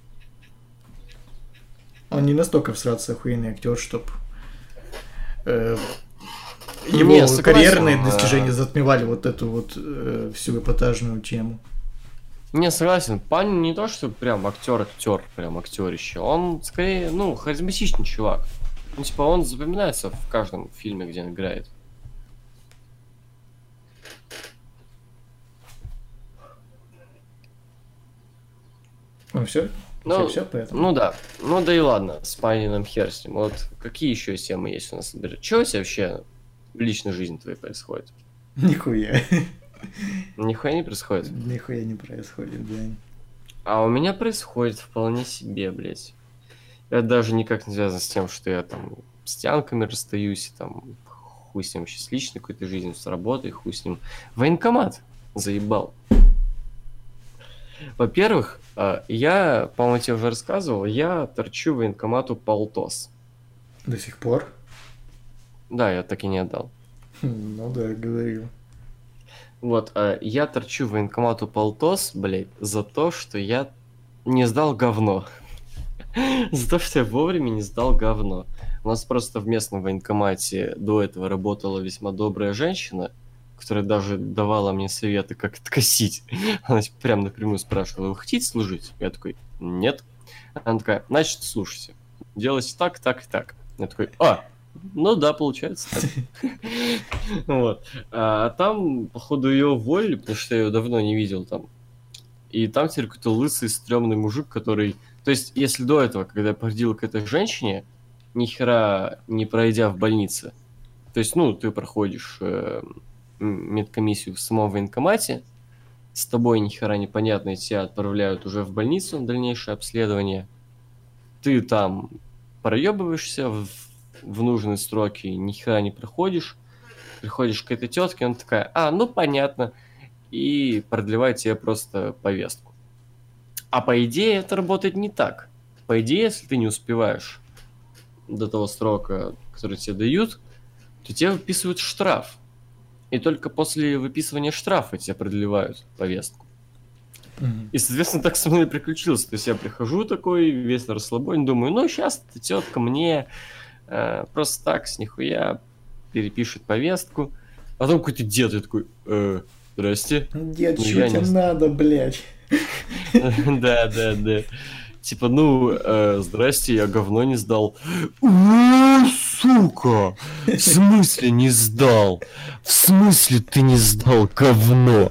S4: Он не настолько всраться охуенный актер, чтоб э, его
S3: Не, согласен,
S4: карьерные
S3: а-
S4: достижения затмевали вот эту вот э, всю эпатажную тему.
S3: Не, согласен, Панин не то, что прям актер-актер, прям актерище. Он скорее, ну, харизматичный чувак. Ну, типа, он запоминается в каждом фильме, где он играет.
S4: Ну все,
S3: Ну,
S4: все, поэтому.
S3: Ну да, ну да и ладно, с Паниным хер с ним. Вот какие еще темы есть у нас? Что у тебя вообще в личной жизни твоей происходит?
S4: Нихуя.
S3: Нихуя не происходит.
S4: Нихуя не происходит, да.
S3: А у меня происходит вполне себе, блядь. Это даже никак не связано с тем, что я там с тянками расстаюсь, и там хуй с ним вообще с личной какой-то жизнью, с работой, хуй с ним. Военкомат заебал. Во-первых, э, я, по-моему, тебе уже рассказывал, я торчу военкомату полтос.
S4: До сих пор?
S3: Да, я так и не отдал.
S4: Хм, Ну да, говорил.
S3: Вот, э, я торчу военкомату полтос, блядь, за то, что я не сдал говно. За то, что я вовремя не сдал говно. У нас просто в местном военкомате до этого работала весьма добрая женщина, которая даже давала мне советы, как это косить. Она прям напрямую спрашивала: вы хотите служить? Я такой: нет. Она такая: значит, слушайте, делайте так, так и так. Я такой: а, ну да, получается так. Вот. А там, походу, ее уволили, потому что я ее давно не видел там. И там теперь какой-то лысый, стрёмный мужик, который... То есть, если до этого, когда я приходил к этой женщине, ни хера не пройдя в больнице, то есть, ну, ты проходишь э, медкомиссию в самом военкомате, с тобой ни хера непонятно, и тебя отправляют уже в больницу на дальнейшее обследование, ты там проебываешься в, в нужные сроки, ни хера не проходишь, приходишь к этой тетке, она такая: а, ну, понятно, и продлевает тебе просто повестку. А по идее это работает не так. По идее, если ты не успеваешь до того срока, который тебе дают, то тебе выписывают штраф. И только после выписывания штрафа тебе продлевают повестку.
S4: Мгм.
S3: И, соответственно, так со мной и приключилось. То есть я прихожу такой, весь на расслабоне, думаю, ну, сейчас эта тетка мне э, просто так, с нихуя перепишет повестку. А потом какой-то дед, я такой: э, здрасте.
S4: Дед,
S3: Ну,
S4: что
S3: я
S4: тебе
S3: не-
S4: надо, блядь?
S3: Да, да, да. Типа, ну, э, здрасте, я говно не сдал. О, сука! В смысле не сдал? В смысле ты не сдал говно?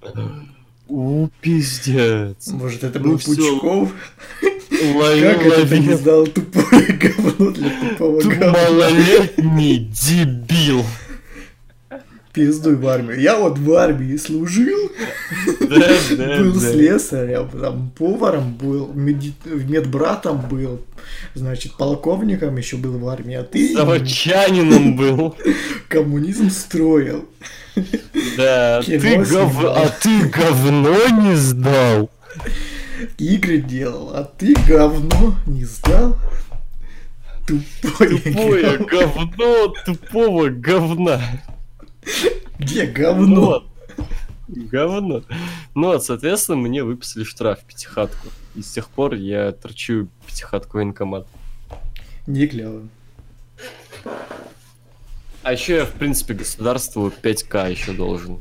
S3: О, пиздец.
S4: Может, это
S3: Ну
S4: был
S3: всё.
S4: Пучков?
S3: Лови,
S4: Как это ты не
S3: лови.
S4: сдал тупое говно для тупого
S3: Ты
S4: говна?
S3: малолетний дебил.
S4: Пиздуй в армию. Я вот в армии служил,
S3: Да, да,
S4: был
S3: да.
S4: слесарем, там, поваром был, меди- медбратом был, значит, полковником еще был в армии, а ты
S3: Заводчанином был.
S4: коммунизм строил.
S3: Да,
S4: Кино
S3: ты гов...
S4: снимал.
S3: а ты говно не сдал.
S4: Игры делал, а ты говно не сдал? Тупое,
S3: Тупое
S4: говно.
S3: говно тупого говна.
S4: Где
S3: Ну
S4: говно?
S3: вот. Говно. Ну вот, соответственно, мне выписали штраф пятихатку. И с тех пор я торчу пятихатку военкомат.
S4: Не клево.
S3: А еще я, в принципе, государству пять ка еще должен.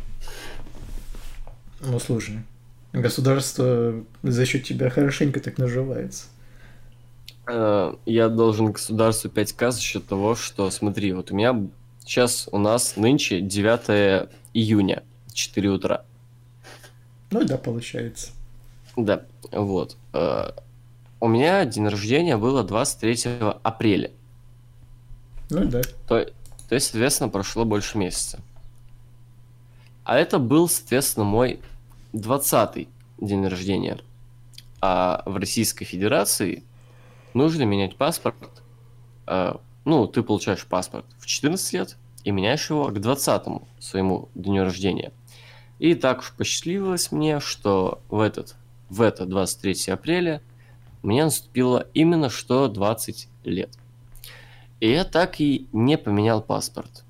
S4: Ну слушай, государство за счет тебя хорошенько так наживается.
S3: Э, Я должен государству пять ка за счет того, что, смотри, вот у меня сейчас у нас нынче девятое июня, четыре утра.
S4: Ну и да, получается.
S3: Да, вот. Э, У меня день рождения было двадцать третьего апреля.
S4: Ну и да.
S3: То, то есть, соответственно, прошло больше месяца. А это был, соответственно, мой двадцатый день рождения. А в Российской Федерации нужно менять паспорт. а, Ну, ты получаешь паспорт в четырнадцать лет и меняешь его к двадцатому своему дню рождения. И так уж посчастливилось мне, что в этот, в это двадцать третьего апреля мне наступило именно что двадцать лет. И я так и не поменял паспорт.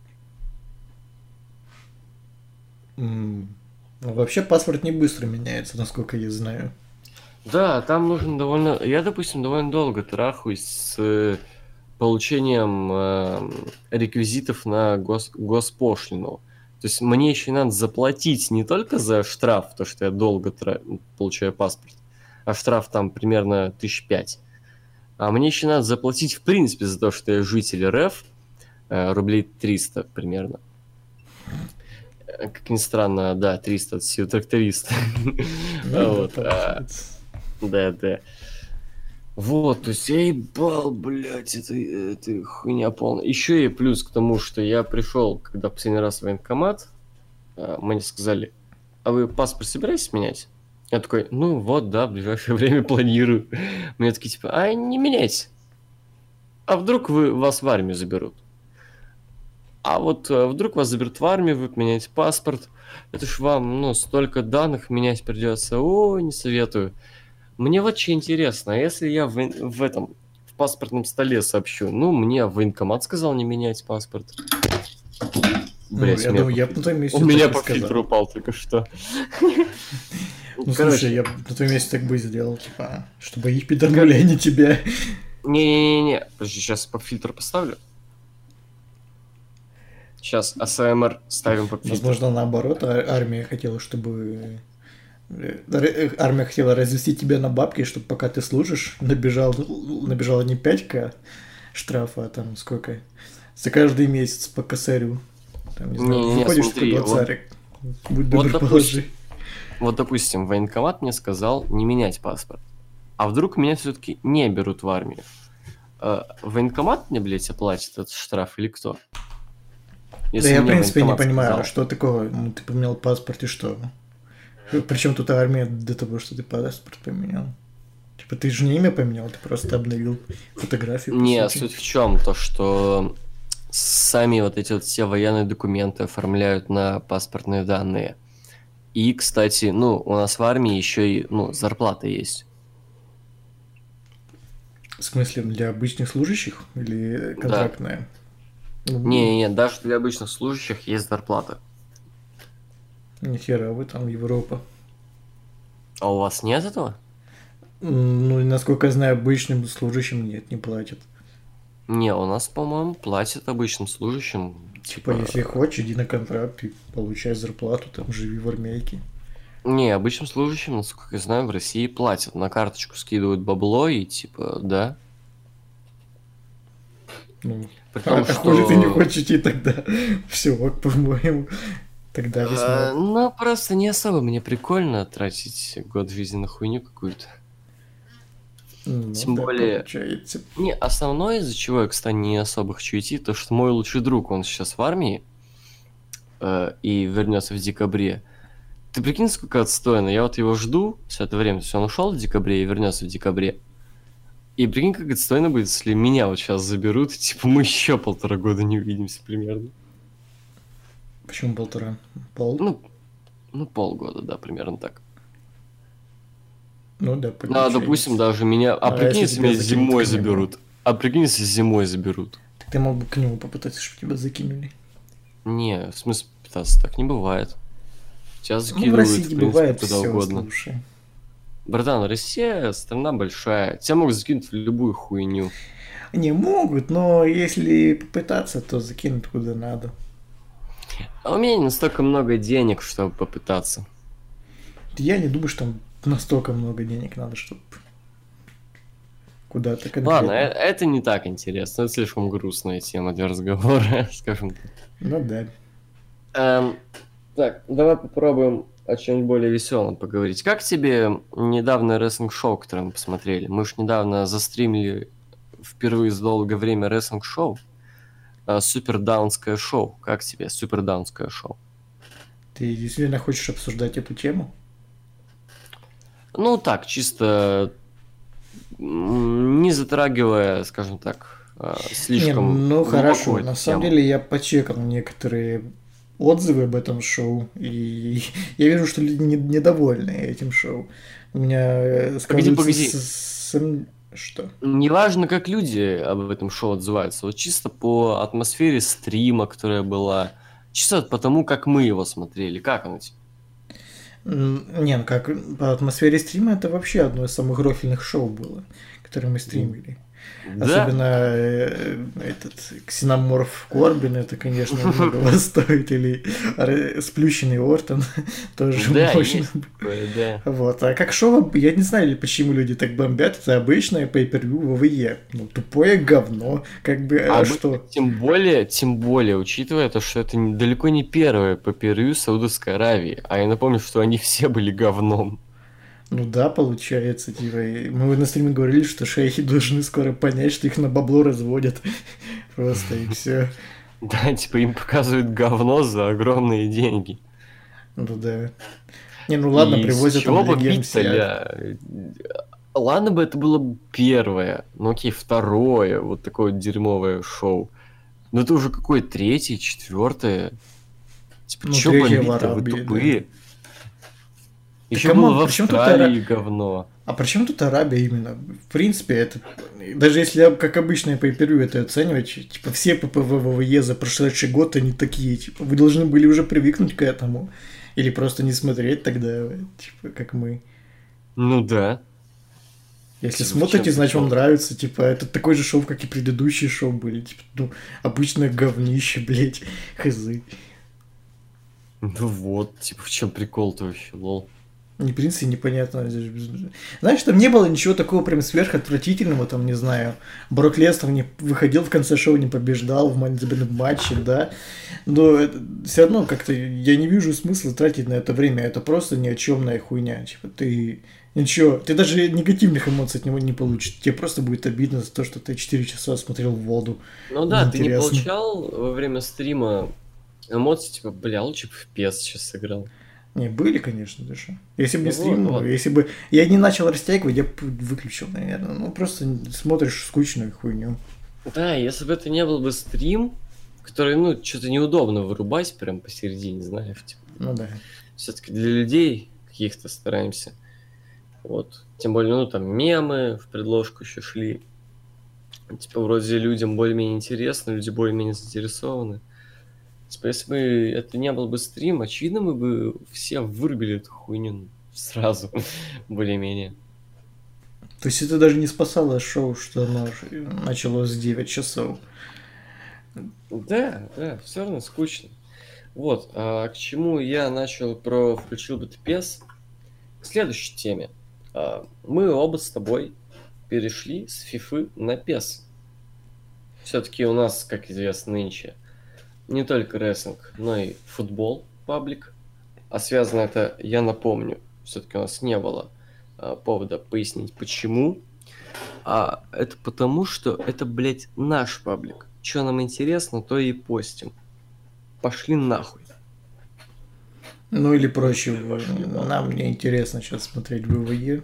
S4: М, ну, вообще паспорт не быстро меняется, насколько я знаю.
S3: Да, там нужно довольно... Я, допустим, довольно долго трахаюсь с э, получением э, реквизитов на гос... госпошлину. То есть мне еще надо заплатить не только за штраф, то, что я долго тра... получаю паспорт, а штраф там примерно тысяч пять. А мне еще надо заплатить, в принципе, за то, что я житель РФ, э, рублей триста примерно. Э, Как ни странно, да, триста от сил тракториста.
S4: Ну, да,
S3: Вот, а,
S4: получается.
S3: да, да. Вот, то есть я ебал, блядь, это, это хуйня полная. Еще и плюс к тому, что я пришел, когда последний раз в военкомат, а, мне сказали, а вы паспорт собираетесь менять? Я такой, ну вот, да, в ближайшее время планирую. Мне такие, типа, а не меняйте. А вдруг вы, вас в армию заберут? А вот э, вдруг вас заберут в армию, вы поменяете паспорт. Это ж вам, ну, столько данных менять придется. О, не советую. Мне вот очень интересно, а если я в, ин- в этом, в паспортном столе сообщу, ну, мне военкомат сказал не менять паспорт.
S4: Ну,
S3: Блять,
S4: я думаю, я бы на твоем месте
S3: у меня
S4: так и
S3: по
S4: сказал.
S3: фильтру упал только что.
S4: Ну,
S3: Короче,
S4: слушай, я б на твоем месте так бы и сделал, типа, чтобы их пидорнули, а не тебя.
S3: не-не-не, подожди, сейчас по фильтр поставлю. Сейчас АСМР ставим по фильтр.
S4: Возможно, наоборот, ар- армия хотела, чтобы... э, р- Армия хотела развести тебя на бабки, чтобы пока ты служишь, набежал, набежало не пять тысяч штрафа, а там сколько? За каждый месяц по косарю. Там, не знаю,
S3: Не-не-не,
S4: выходишь
S3: смотри,
S4: такой
S3: вот-
S4: двадцарик. Будь
S3: вот,
S4: добр,
S3: допустим,
S4: положи.
S3: Вот, допустим, военкомат мне сказал не менять паспорт. А вдруг меня все-таки не берут в армию? Э, Военкомат мне, блядь, оплатит этот штраф или кто?
S4: Да
S3: Если
S4: я, в
S3: мне
S4: принципе, не
S3: военкомат
S4: понимаю,
S3: сказал.
S4: что такого, ну, ты поменял паспорт и что? Причем тут армия до того, что ты паспорт поменял. Типа ты же не имя поменял, ты просто обновил фотографию. по
S3: Не,
S4: сути.
S3: суть в чем? То, что сами вот эти вот все военные документы оформляют на паспортные данные. И, кстати, ну, у нас в армии еще и, ну, зарплата есть.
S4: В смысле, для обычных служащих или контрактная? Ну,
S3: Не-не-не, даже для обычных служащих есть зарплата.
S4: Нихера, вы там Европа.
S3: А у вас нет этого?
S4: М, Ну, и насколько я знаю, обычным служащим нет, не платят.
S3: Не, у нас, по-моему, платят обычным служащим.
S4: Типа, если хочешь, иди на контракт и получай зарплату, там, живи в армейке.
S3: Не, обычным служащим, насколько я знаю, в России платят. На карточку скидывают бабло и типа, да.
S4: Ну,
S3: При
S4: а,
S3: том,
S4: а
S3: что...
S4: хули ты не хочешь идти тогда? Все, ок, по-моему. Тогда
S3: Э,
S4: весьма...
S3: Ну, просто не особо мне прикольно тратить год жизни на хуйню какую-то.
S4: Ну,
S3: тем
S4: да,
S3: более-
S4: получается.
S3: Не, основное, из-за чего я, кстати, не особо хочу идти, то, что мой лучший друг, он сейчас в армии э, и вернется в декабре. Ты прикинь, сколько отстойно. Я вот его жду все это время. То есть он ушел в декабре и вернется в декабре. И прикинь, как отстойно будет, если меня вот сейчас заберут, и, типа мы еще полтора года не увидимся примерно.
S4: Почему полтора? Пол?
S3: Ну, ну полгода, да, примерно так.
S4: Ну да,
S3: Ну, а,
S4: получается.
S3: допустим, даже меня... А
S4: А
S3: прикинь,
S4: если
S3: если
S4: тебя
S3: меня
S4: закинут
S3: зимой
S4: к нему?
S3: заберут. А прикинь, если зимой заберут.
S4: Так ты мог бы к нему попытаться, чтобы тебя закинули.
S3: Не, в смысле, питаться так не бывает. Тебя
S4: Ну, в
S3: закидывают,
S4: России
S3: в принципе,
S4: бывает
S3: куда
S4: все,
S3: угодно.
S4: слушай.
S3: Братан, Россия страна большая. Тебя могут закинуть в любую хуйню.
S4: Не могут, но если попытаться, то закинут куда надо.
S3: А у меня не настолько много денег, чтобы попытаться.
S4: Я не думаю, что там настолько много денег надо, чтобы куда-то конкретно.
S3: Ладно, э- это не так интересно. Это слишком грустная тема для разговора, скажем так.
S4: Ну да.
S3: Эм, так, давай попробуем о чем-нибудь более веселом поговорить. Как тебе недавно рестлинг-шоу, которое мы посмотрели? Мы же недавно застримили впервые за долгое время рестлинг-шоу. Э, Супердаунское шоу. Как тебе супердаунское шоу?
S4: Ты действительно хочешь обсуждать эту тему?
S3: Ну так, чисто м, не затрагивая, скажем так, э, слишком
S4: Не, ну
S3: глубоко
S4: хорошо.
S3: эту
S4: На самом
S3: тему.
S4: деле я почекал некоторые отзывы об этом шоу, и я вижу, что люди не- недовольны этим шоу. У меня э,
S3: Погоди,
S4: складывается
S3: погоди.
S4: с- Сам... Что?
S3: Неважно, как люди об этом шоу отзываются, вот чисто по атмосфере стрима, которая была, чисто по тому, как мы его смотрели, как оно тебе?
S4: М, Не, ну как, по атмосфере стрима это вообще одно из самых рофильных шоу было, которые мы стримили.
S3: Да,
S4: Особенно э, этот ксеноморф Корбин, это, конечно, многого стоит, или Р- сплющенный Ортон, тоже
S3: да,
S4: мощно.
S3: есть такое, да.
S4: Вот. А как шоу, я не знаю, почему люди так бомбят, это обычное pay-per-view ВВЕ. Ну, тупое говно, как бы, а
S3: А
S4: что?
S3: мы- тем более, тем более, учитывая то, что это не- далеко не первое по перью Саудовской Аравии, а я напомню, что они все были говном.
S4: Ну да, получается, типа, и мы на стриме говорили, что шейхи должны скоро понять, что их на бабло разводят. Просто и все.
S3: Да, типа им показывают говно за огромные деньги.
S4: Ну да. Не, ну ладно,
S3: И с
S4: привозят
S3: чего
S4: там
S3: бы
S4: легенд
S3: биться,
S4: всех.
S3: ля? Ладно бы это было бы первое, ну окей, второе, вот такое вот дерьмовое шоу. Но это уже какое третье, четвертое. Типа,
S4: Ну,
S3: чё
S4: третье в
S3: бомбить-то, вы
S4: Арабии, да.
S3: тупые? Еще
S4: камон,
S3: было в
S4: при чём тут
S3: Австралии
S4: Ара-
S3: говно.
S4: А при чем тут Арабия именно? В принципе, это... Даже если как обычное pay per это оценивать, типа, все ППВВЕ за прошедший год, они такие, типа, вы должны были уже привыкнуть к этому. Или просто не смотреть тогда, типа, как мы.
S3: Ну да.
S4: Если
S3: Типа, в
S4: смотрите,
S3: чем
S4: значит, вам
S3: прикол?
S4: нравится, типа, это такой же шоу, как и предыдущие шоу были. Типа, ну, обычное говнище, блядь, хз.
S3: Ну вот, типа, в чем прикол-то вообще, лол.
S4: Не, в принципе, непонятно. Знаешь, там не было ничего такого прям сверхотвратительного, там, не знаю, Брок Леснер не выходил в конце шоу, не побеждал в монey матче, да, но все равно как-то я не вижу смысла тратить на это время, это просто ни о чемная хуйня, типа, ты ничего, ты даже негативных эмоций от него не получишь, тебе просто будет обидно за то, что ты четыре часа смотрел в воду.
S3: Ну да, ты не
S4: Неинтересно.
S3: получал во время стрима эмоций, типа, бля, лучше бы в пес сейчас сыграл.
S4: Не, были, конечно, даже. Если бы не
S3: Ну
S4: стрим,
S3: вот, вот.
S4: если бы я не начал растягивать, я бы выключил, наверное. Ну, просто смотришь скучную хуйню.
S3: Да, если бы это не был бы стрим, который, ну, что-то неудобно вырубать прям посередине, знаешь, типа.
S4: Ну да.
S3: Все-таки для людей каких-то стараемся. Вот. Тем более, ну, там мемы в предложку еще шли. Типа, вроде людям более-менее интересно, люди более-менее заинтересованы. Типа, если бы это не был бы стрим, очевидно, мы бы все вырубили эту хуйню сразу, более-менее.
S4: То есть это даже не спасало шоу, что оно началось с девяти часов.
S3: Да, да, все равно скучно. Вот, а к чему я начал про включил бы пес? К следующей теме. А, мы оба с тобой перешли с фифы на пес. Все-таки у нас, как известно нынче, не только рестлинг, но и футбол паблик. А связано это, я напомню, все-таки у нас не было а, повода пояснить, почему. А это потому, что это, блядь, наш паблик. Что нам интересно, то и постим. Пошли нахуй.
S4: Ну или проще,
S3: Пошли, да.
S4: нам не интересно сейчас смотреть ВВЕ.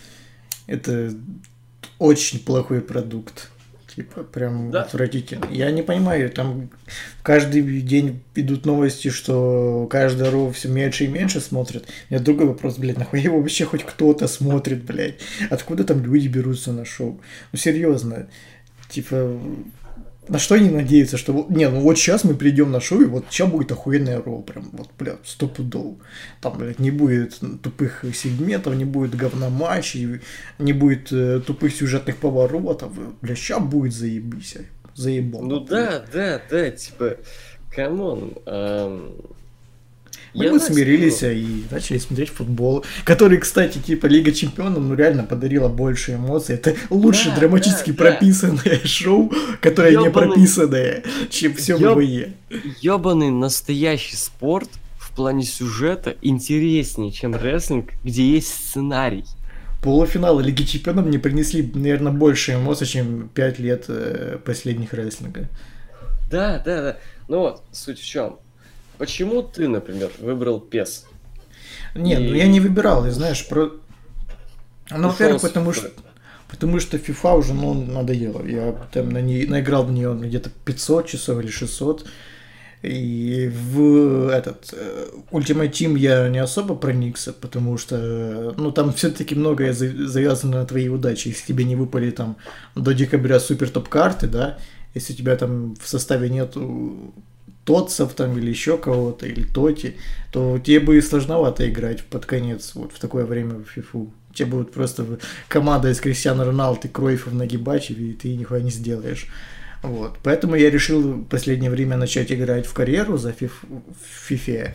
S4: Это очень плохой продукт. Типа, прям
S3: Да.
S4: отвратительно. Я не понимаю, там каждый день идут новости, что каждый Ро все меньше и меньше смотрит. У меня другой вопрос, блядь, нахуй его вообще хоть кто-то смотрит, блядь? Откуда там люди берутся на шоу? Ну, серьезно. Типа, на что они надеются, что... вот- Не, ну вот сейчас мы придем на шоу, и вот сейчас будет охуенное Ро, прям, вот, блядь, стопудово. Там, блядь, не будет тупых сегментов, не будет говноматчей, не будет э, тупых сюжетных поворотов. Бля, сейчас будет заебись, заебом.
S3: Ну да, да, да, типа, камон. эм,
S4: Мы,
S3: я
S4: мы
S3: знаю,
S4: смирились
S3: что-
S4: и начали смотреть футбол, который, кстати, типа Лига Чемпионов, ну реально подарила больше эмоций. Это лучше
S3: Да,
S4: драматически
S3: да, да.
S4: прописанное шоу, которое не
S3: Ёбаный-
S4: прописанное, чем все
S3: Ёб-
S4: ВВЕ.
S3: Ёбаный настоящий спорт в плане сюжета интереснее, чем рестлинг, где есть сценарий.
S4: Полуфиналы Лиги Чемпионов мне принесли, наверное, больше эмоций, чем пять лет э, последних рестлинга.
S3: Да, да, да. Ну вот, суть в чем. Почему ты, например, выбрал пес?
S4: Не, ну
S3: И-
S4: я не выбирал, и знаешь, про... Ну, во-первых,
S3: Ушел с
S4: потому
S3: FIFA.
S4: что... Потому что FIFA уже, ну, надоело. Я там на ней, наиграл в нее где-то пятьсот часов или шестьсот. И в этот э, Ultimate Team я не особо проникся, потому что, э, ну, там все-таки многое за- завязано на твоей удаче. Если тебе не выпали там до декабря супер топ карты, да, если у тебя там в составе нету Тотсов там или еще кого-то, или Тоти, то тебе будет сложновато играть под конец, вот в такое время в фифу. Тебе будет просто команда из Криштиану Роналду и Кройфа нагибать, и ты нихуя не сделаешь. Вот. Поэтому я решил в последнее время начать играть в карьеру за фиф... в фифе.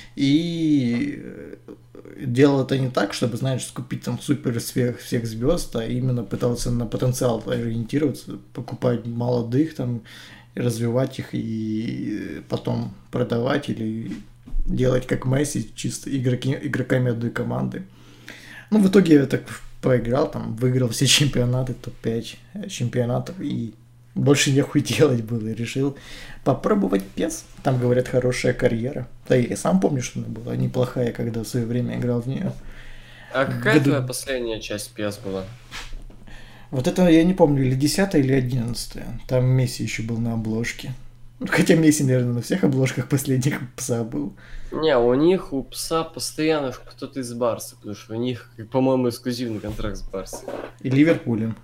S4: И делал это не так, чтобы, знаешь, скупить там супер всех, всех звезд, а именно пытался на потенциал ориентироваться, покупать молодых там, развивать их и потом продавать или делать как Месси, чисто игроки, игроками одной команды. Ну, в итоге я так поиграл, там, выиграл все чемпионаты, топ пять чемпионатов, и больше нехуй делать было, и решил попробовать пес. Там, говорят, хорошая карьера. Да и я сам помню, что она была неплохая, когда в свое время играл в нее.
S3: А какая
S4: Году-
S3: твоя последняя часть пи эс была?
S4: Вот это я не помню, или десятая, или одиннадцатая. Там Месси еще был на обложке. Ну, хотя Месси, наверное, на всех обложках последних пса был.
S3: Не, у них, у пса постоянно кто-то из Барса, потому что у них, по-моему, эксклюзивный контракт с Барсой.
S4: И Ливерпулем.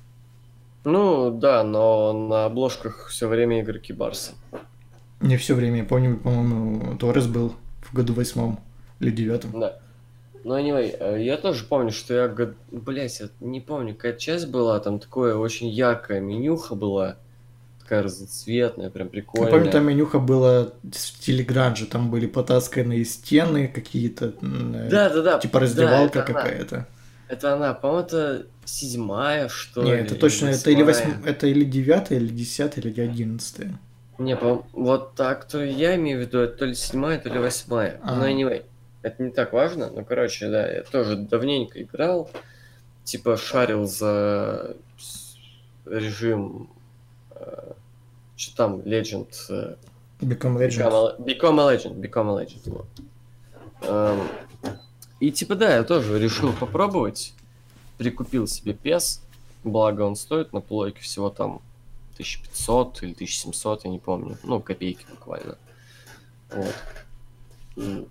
S3: Ну, да, но на обложках все время игроки Барса.
S4: Не все время, я помню, по-моему, Торрес был в году восьмом или девятом.
S3: Да. Ну, anyway, э, я тоже помню, что я, год- блять, я не помню, какая часть была, там такое очень яркое менюха была, такая разноцветная, прям
S4: Я
S3: прикольная.
S4: помню, там менюха была в стиле гранжа, там были потасканные стены какие-то, м, э,
S3: Да, да, да.
S4: типа
S3: да,
S4: раздевалка
S3: это она.
S4: какая-то.
S3: Это она, по-моему, это седьмая, что
S4: Не,
S3: ли,
S4: это
S3: или
S4: точно, это или
S3: восьмая.
S4: восьм... это или девятая, или десятая, или одиннадцатая.
S3: Не, по вот так, то я имею в виду, это то ли седьмая, то ли восьмая.
S4: А.
S3: Но anyway, это не так важно. Ну, короче, да, я тоже давненько играл. Типа шарил за с- режим... э, что там, Legend... э,
S4: Become Legend.
S3: Become a, Become a Legend, Become a Legend. Вот. Эм, и типа да, я тоже решил попробовать. Прикупил себе пес. Благо он стоит на плойке всего там тысяча пятьсот или тысяча семьсот, я не помню. Ну, копейки буквально. Вот. М.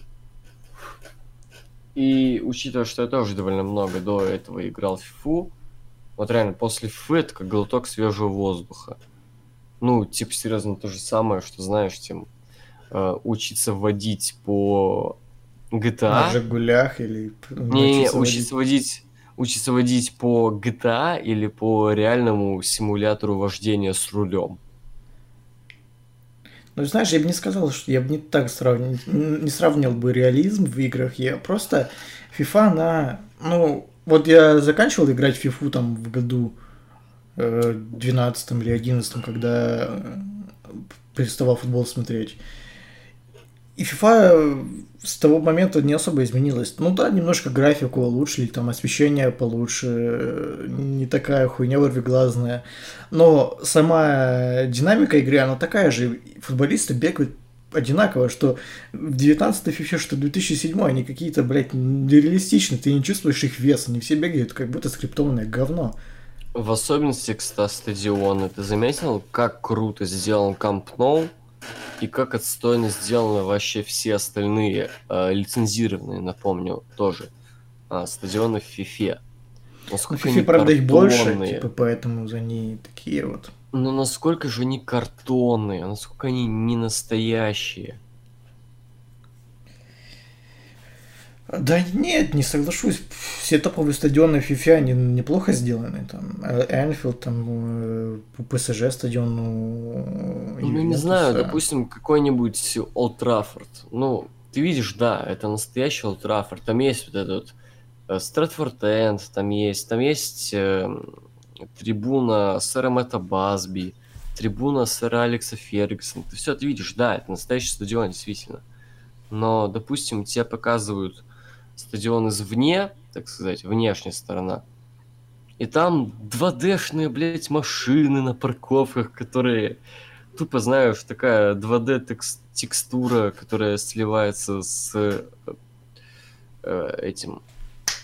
S3: И учитывая, что я тоже довольно много до этого играл в фифу, вот реально после фифы это как глоток свежего воздуха. Ну, типа, серьезно, то же самое, что, знаешь, тем э, учиться водить по джи ти
S4: На
S3: эй.
S4: Жигулях или...
S3: Не,
S4: научиться
S3: учиться водить, учиться водить по джи ти эй или по реальному симулятору вождения с рулем.
S4: Ну, знаешь, я бы не сказал, что я бы не так сравнил, не сравнивал бы реализм в играх. Я просто FIFA, она, ну, вот я заканчивал играть в фифу там в году э, двенадцатом или одиннадцатом, когда э, переставал футбол смотреть. И FIFA с того момента не особо изменилась. Ну да, немножко графику улучшили, там освещение получше, не такая хуйня вырвиглазная. Но сама динамика игры, она такая же. Футболисты бегают одинаково, что в девятнадцатой фифе, что в две тысячи седьмой, они какие-то, блядь, нереалистичные, ты не чувствуешь их вес, они все бегают, как будто скриптованное говно.
S3: В особенности, кстати, стадиона. Ты заметил, как круто сделан Camp Nou? И как отстойно сделаны вообще все остальные э, лицензированные, напомню, тоже э, стадионы в фифе.
S4: В
S3: Насколько
S4: фифе,
S3: они
S4: правда, их больше,
S3: картонные.
S4: типа, поэтому они такие вот.
S3: Но насколько же они картонные, насколько они не настоящие.
S4: Да нет, не соглашусь. Все топовые стадионы в FIFA, они неплохо сделаны. Там Энфилд, там э, ПСЖ стадион, ну,
S3: Ну, не
S4: Ювентус,
S3: знаю,
S4: а.
S3: допустим, какой-нибудь Олд Траффорд. Ну, ты видишь, да, это настоящий Олд Траффорд. Там есть вот этот э, Стрэдфорд Энд, там есть, там есть э, трибуна сэра Мэтта Басби, трибуна сэра Алекса Фергюсона. Ты все это видишь, да, это настоящий стадион, действительно. Но, допустим, тебе показывают стадион извне, так сказать, внешняя сторона. И там два дэ-шные, блядь, машины на парковках, которые тупо, знаешь, такая два дэ-текстура, которая сливается с э, этим,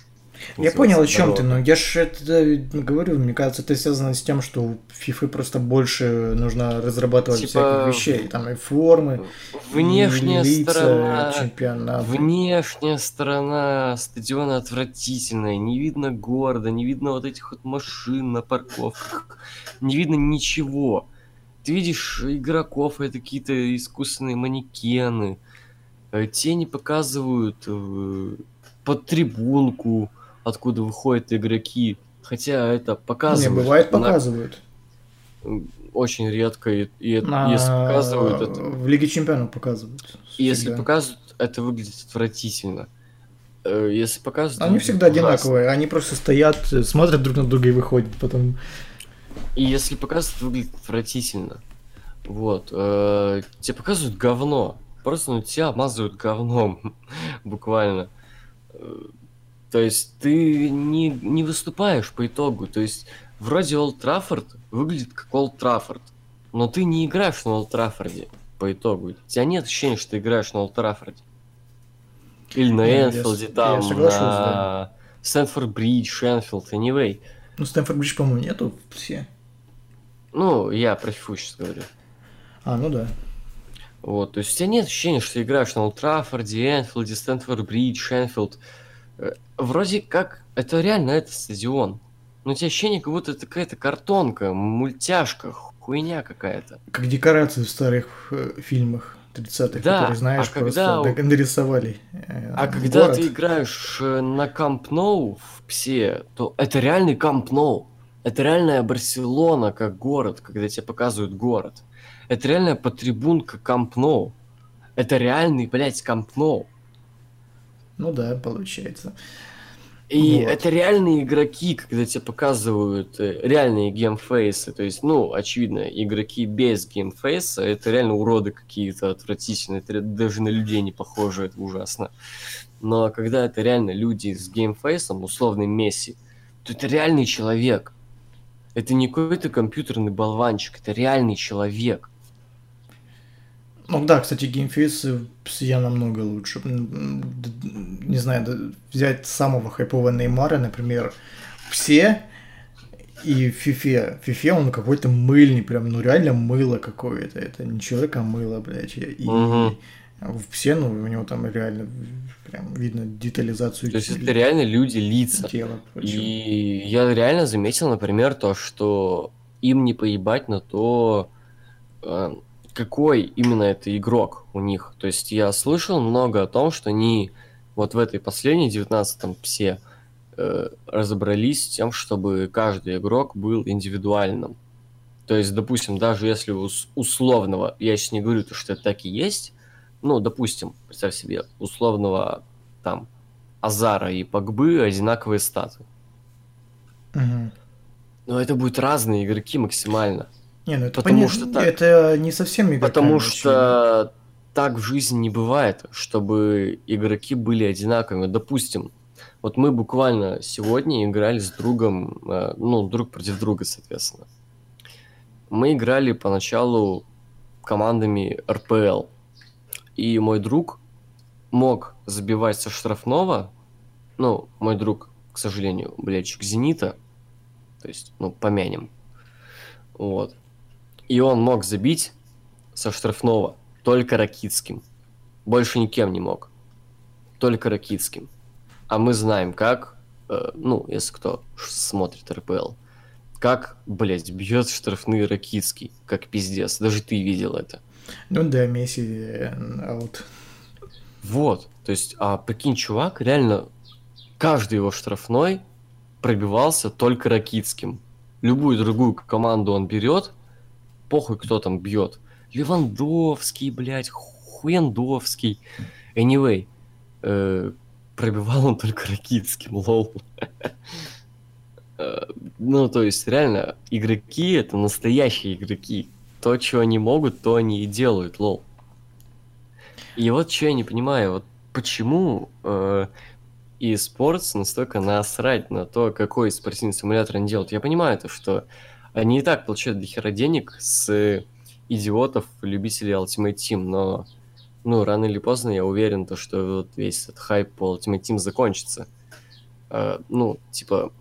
S4: Я понял, о
S3: называется,
S4: чем ты,
S3: дорога.
S4: но я же это ну, говорю, мне кажется, это связано с тем, что у FIFA просто больше нужно разрабатывать всяких
S3: Типа,
S4: вещей. Там и формы, и
S3: внешняя
S4: лица,
S3: сторона,
S4: чемпионаты.
S3: внешняя сторона стадиона отвратительная, не видно города, не видно вот этих вот машин на парковках, не видно ничего. Ты видишь игроков, это какие-то искусственные манекены, э, тени показывают э, под трибунку, откуда выходят игроки, хотя это
S4: Не,
S3: показывают
S4: бывает
S3: на
S4: показывают.
S3: м, очень редко, и, и если показывают
S4: На...
S3: это,
S4: В Лиге Чемпионов показывают
S3: и если
S4: всегда.
S3: показывают, это выглядит отвратительно. Э, Если показывают,
S4: Они
S3: выглядит
S4: всегда
S3: ужасно.
S4: одинаковые, они просто стоят, э, смотрят друг на друга и выходят потом.
S3: И если показывают, выглядит отвратительно. Вот. э, Тебе показывают говно. Просто ну, тебя обмазывают говном. Буквально. Э, То есть ты не, не выступаешь по итогу. То есть вроде Олд Траффорд выглядит как Олд Траффорд. Но ты не играешь на Олд Траффорде по итогу. У тебя нет ощущения, что ты играешь на Олд Траффорде. Или на
S4: Не, ну я, с-
S3: Энфилде,
S4: я
S3: там,
S4: соглашусь, да.
S3: на Стэнфорд Бридж, Шенфилд, anyway.
S4: Ну, Стэнфорд Бридж, по-моему, нету все.
S3: Ну, я про фифу сейчас говорю.
S4: А, ну да.
S3: Вот, то есть у тебя нет ощущения, что ты играешь на Олд Траффорде, Энфилде, Стэнфорд Бридж, Шенфилд. Э, Вроде как, это реально это стадион. Но у тебя ощущение, как будто это какая-то картонка, мультяшка, хуйня какая-то.
S4: Как декорации в старых э, фильмах тридцатых, которые,
S3: Да, а
S4: знаешь, просто
S3: когда, у-
S4: д- нарисовали э,
S3: а когда ты
S4: город.
S3: играешь э, на Камп Ноу в Псе, то это реальный Камп Ноу. Это реальная Барселона как город, когда тебе показывают город. Это реальная потрибунка Камп Ноу. Это реальный, блядь, Камп Ноу.
S4: Ну да, получается.
S3: И
S4: Вот.
S3: это реальные игроки, когда тебе показывают э, реальные геймфейсы. То есть, ну, очевидно, игроки без геймфейса это реально уроды какие-то отвратительные. Это ре- даже на людей не похоже, это ужасно. Но когда это реально люди с геймфейсом, условный Месси, то это реальный человек. Это не какой-то компьютерный болванчик, это реальный человек.
S4: Ну да, кстати, геймфейс э, я намного лучше. М, д- Не знаю, да, взять самого хайпового Неймара, например, все и в Фифе. В Фифе он какой-то мыльный, прям, ну реально мыло какое-то. Это не человек, а мыло, блядь. И
S3: Мгм.
S4: в Псе, ну, у него там реально прям видно детализацию
S3: То есть
S4: те-
S3: это реально люди, лица.
S4: тела. Причем.
S3: И я реально заметил, например, то, что им не поебать на то, э, какой именно это игрок у них. То есть я слышал много о том, что они вот в этой последней девятнадцатом псе э, разобрались с тем, чтобы каждый игрок был индивидуальным. То есть, допустим, даже если у с- условного, я сейчас не говорю, то, что это так и есть, ну, допустим, представь себе, условного там Азара и Погбы одинаковые статы.
S4: Мгм.
S3: Но это будут разные игроки максимально.
S4: Не, ну это
S3: Потому
S4: понятно.
S3: что так.
S4: Это не совсем игроками,
S3: Потому
S4: очевидно.
S3: что так в жизни не бывает, чтобы игроки были одинаковыми. Допустим, вот мы буквально сегодня играли с другом, э, ну, друг против друга, соответственно. Мы играли поначалу командами эр пэ эл. И мой друг мог забивать со штрафного. Ну, мой друг, к сожалению, болельщик «Зенита». То есть, ну, помянем. Вот. И он мог забить со штрафного только Ракитским. Больше никем не мог. Только Ракитским. А мы знаем, как, э, ну, если кто ш- смотрит эр пэ эл, как, блядь, бьет штрафные Ракитский. Как пиздец. Даже ты видел это.
S4: Ну да, Месси э, аут.
S3: Вот. То есть, а прикинь, чувак, реально, каждый его штрафной пробивался только Ракитским. Любую другую команду он берет, похуй, кто там бьет. Левандовский, блядь, Хуендовский. Anyway, э, пробивал он только Ракитским, лол. Э, Ну, то есть, реально, игроки — это настоящие игроки. То, что они могут, то они и делают, лол. И вот что я не понимаю, вот почему э, eSports настолько насрать на то, какой спортивный симулятор они делают. Я понимаю то, что они и так получают дохера денег с идиотов, любителей Ultimate Team, но ну, рано или поздно я уверен, то, что вот весь этот хайп по Ultimate Team закончится. э, ну, типа,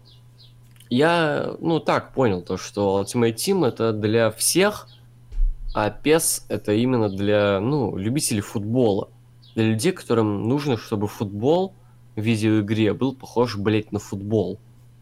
S3: я, ну, так понял то, что Ultimate Team это для всех, а пес это именно для, ну, любителей футбола. Для людей, которым нужно, чтобы футбол в видеоигре был похож, блять, на футбол.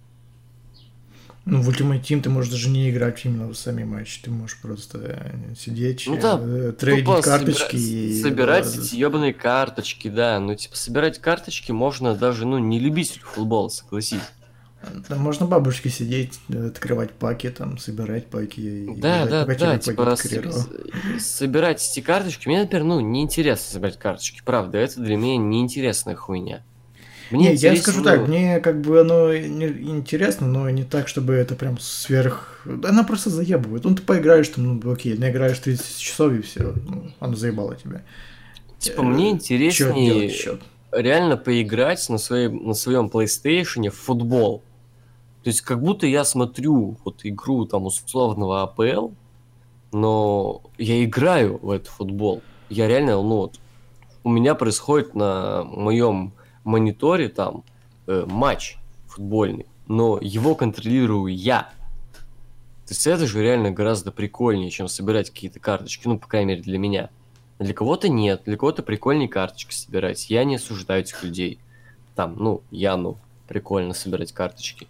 S4: Ну, в Ultimate Team ты можешь даже не играть именно в сами матчи, ты можешь просто э, сидеть,
S3: Ну да,
S4: э, трейдить
S3: тупо
S4: карточки
S3: собира-
S4: и...
S3: собирать
S4: э,
S3: эти ебаные карточки, да. Ну, типа, собирать карточки можно даже, ну, не любителю футбола, согласись.
S4: Там можно бабушке сидеть, э, открывать паки, там, собирать паки и
S3: Да,
S4: ждать,
S3: да,
S4: пока
S3: да,
S4: тебе пойдет
S3: типа,
S4: к
S3: с-
S4: Реру.
S3: с- собирать эти карточки, мне, например, ну, неинтересно собирать карточки, правда, это для меня неинтересная хуйня. Мне
S4: Не, я
S3: интереснее,
S4: скажу так,
S3: ну,
S4: мне как бы оно не- интересно, но не так, чтобы это прям сверх... Она просто заебывает. Ну, ты поиграешь там, ну, окей, наиграешь тридцать часов и все, ну, она заебала тебя.
S3: типа, мне
S4: Че делать
S3: интереснее
S4: счет?
S3: реально поиграть на, своей, на своем PlayStation в футбол. То есть, как будто я смотрю вот игру там условного АПЛ, но я играю в этот футбол. Я реально, ну вот, у меня происходит на моем мониторе там э, матч футбольный, но его контролирую я. То есть это же реально гораздо прикольнее, чем собирать какие-то карточки, ну, по крайней мере, для меня. Для кого-то нет, для кого-то прикольнее карточки собирать. Я не осуждаю этих людей. Там, ну, я, ну, прикольно собирать карточки.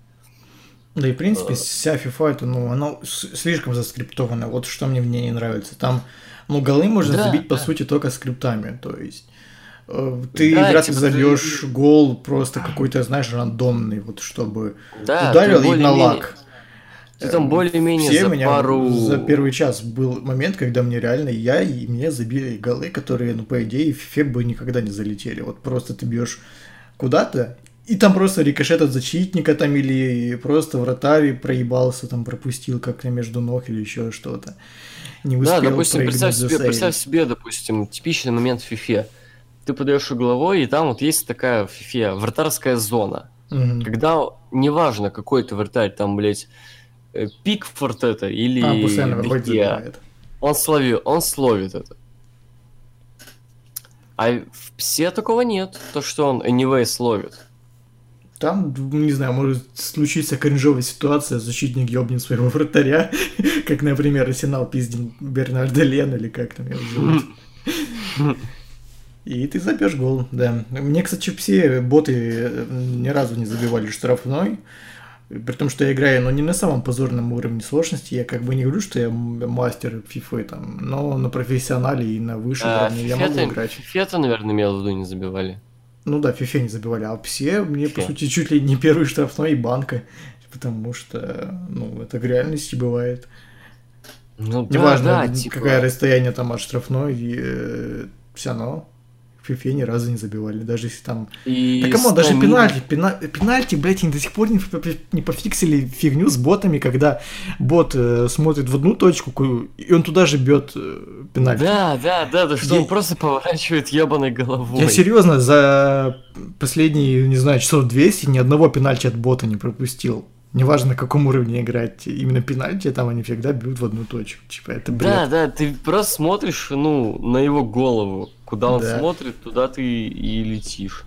S4: Да и, в принципе,
S3: Э,
S4: вся FIFA, это, ну, она с- слишком заскриптована. Вот что мне в ней не нравится. Там, ну, голы можно
S3: Да,
S4: забить, по
S3: да.
S4: сути, только скриптами. То есть, э, ты
S3: Да,
S4: вряд ли
S3: типа, ты-
S4: забьешь гол просто какой-то, знаешь, рандомный, вот чтобы
S3: Да,
S4: ударил
S3: ты
S4: и на
S3: более-менее...
S4: лак.
S3: Ты там
S4: Э,
S3: более-менее
S4: Все
S3: за
S4: меня
S3: пару...
S4: за первый час был момент, когда мне реально я и мне забили голы, которые, ну, по идее, в фифе бы никогда не залетели. Вот просто ты бьешь куда-то, и там просто рикошет от защитника там или просто вратарь проебался, там пропустил как-то между ног или еще что-то. Не
S3: Да,
S4: успел
S3: допустим,
S4: прыгнуть
S3: представь
S4: за
S3: себе, представь
S4: сейв.
S3: себе, допустим, типичный момент в фифе. Ты подаешь угловой, и там вот есть такая в фифе вратарская зона.
S4: Мгм.
S3: Когда неважно, какой ты вратарь, там, блядь, э, Пикфорд это
S4: А,
S3: или
S4: постоянно выходит,
S3: Дехеа,
S4: забивает.
S3: он, слови, он словит это. А в псе такого нет, то, что он anyway словит.
S4: Там, не знаю, может случиться кринжовая ситуация, защитник ёбнет своего вратаря, как, например, Арсенал пиздил Бернарда Лена, или как там его зовут. И ты забьешь гол, да. Мне, кстати, все боты э, ни разу не забивали штрафной. При том, что я играю, но не на самом позорном уровне сложности. Я как бы не говорю, что я м- мастер фифы, там, но на профессионале и на высшем
S3: А
S4: уровне я могу
S3: фифе-то,
S4: играть.
S3: фифе-то, наверное, имел в виду, не забивали.
S4: Ну да, фифе не забивали, а все мне, по
S3: Фифе.
S4: сути, чуть ли не первый штрафной и банка. Потому что, ну, это в реальности бывает.
S3: Ну да,
S4: Неважно,
S3: да,
S4: г-
S3: типа...
S4: какое расстояние там от штрафной, и, э, все равно в фифе ни разу не забивали. Даже если там...
S3: И
S4: Да кому, даже
S3: стамина-
S4: пенальти, пена- пенальти, блядь, они до сих пор не, пофи- не пофиксили фигню с ботами, когда бот э, смотрит в одну точку, ку- и он туда же бьет э, пенальти.
S3: Да, да, да, да, что
S4: Я-
S3: он просто поворачивает ебаной головой.
S4: Я серьезно за последние, не знаю, часов двести ни одного пенальти от бота не пропустил. Неважно, на каком уровне играть, именно пенальти там они всегда бьют в одну точку. Типа, это бред.
S3: Да, да, ты просто смотришь, ну, на его голову. Куда он
S4: Да.
S3: смотрит, туда ты и летишь.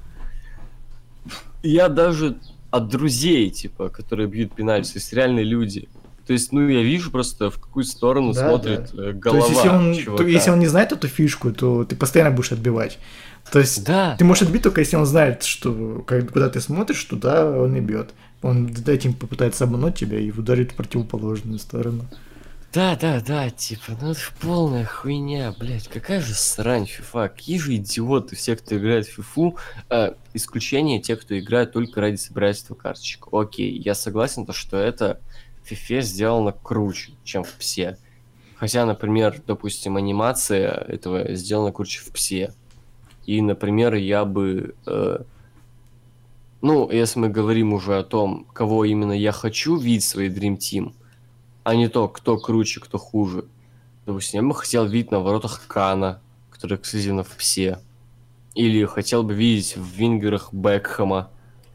S3: Я даже от друзей, типа, которые бьют пенальти, то есть реальные люди. То есть, ну, я вижу просто, в какую сторону
S4: Да,
S3: смотрит
S4: да.
S3: э,
S4: То
S3: голова
S4: есть, если он,
S3: чувака.
S4: то, если он не знает эту фишку, то ты постоянно будешь отбивать. То есть,
S3: Да,
S4: ты можешь отбить только если он знает, что как- куда ты смотришь, туда он и бьет. Он этим попытается обмануть тебя и ударит в противоположную сторону.
S3: да, да, да, типа, ну это ж полная хуйня, блядь, какая же срань фифа, какие же идиоты все, кто играет в фифу, э, исключение те, кто играет только ради собирательства карточек. Окей, я согласен, то, что это в фифе сделано круче, чем в псе. Хотя, например, допустим, анимация этого сделана круче в псе. И, например, я бы... э, ну, если мы говорим уже о том, кого именно я хочу видеть в своей Dream Team, а не то, кто круче, кто хуже. Допустим, я бы хотел видеть на воротах Кана, который эксклюзивно в псе. Или хотел бы видеть в вингерах Бекхэма.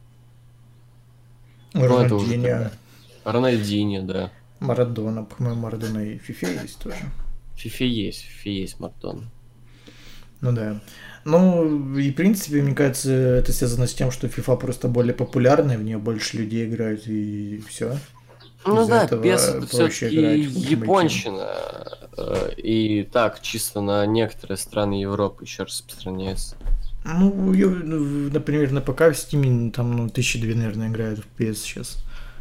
S3: Ну, это уже
S4: Рональдинho,
S3: тогда. Рональдинho, да.
S4: Марадона, по-моему, Марадона и в фифе есть тоже.
S3: В фифе есть, в фифе есть Мартон.
S4: Ну да. Ну, и в принципе, мне кажется, это связано с тем, что FIFA просто более популярная, в нее больше людей играют, и все.
S3: Ну
S4: Из-за
S3: да, пес
S4: этого
S3: это
S4: проще
S3: все-таки
S4: играть в Ultimate Team.
S3: японщина. э, И так, чисто на некоторые страны Европы еще распространяется.
S4: Ну, её, ну, например, на ПК в Steam там, ну, тысячи две, наверное, играют в пи эс сейчас.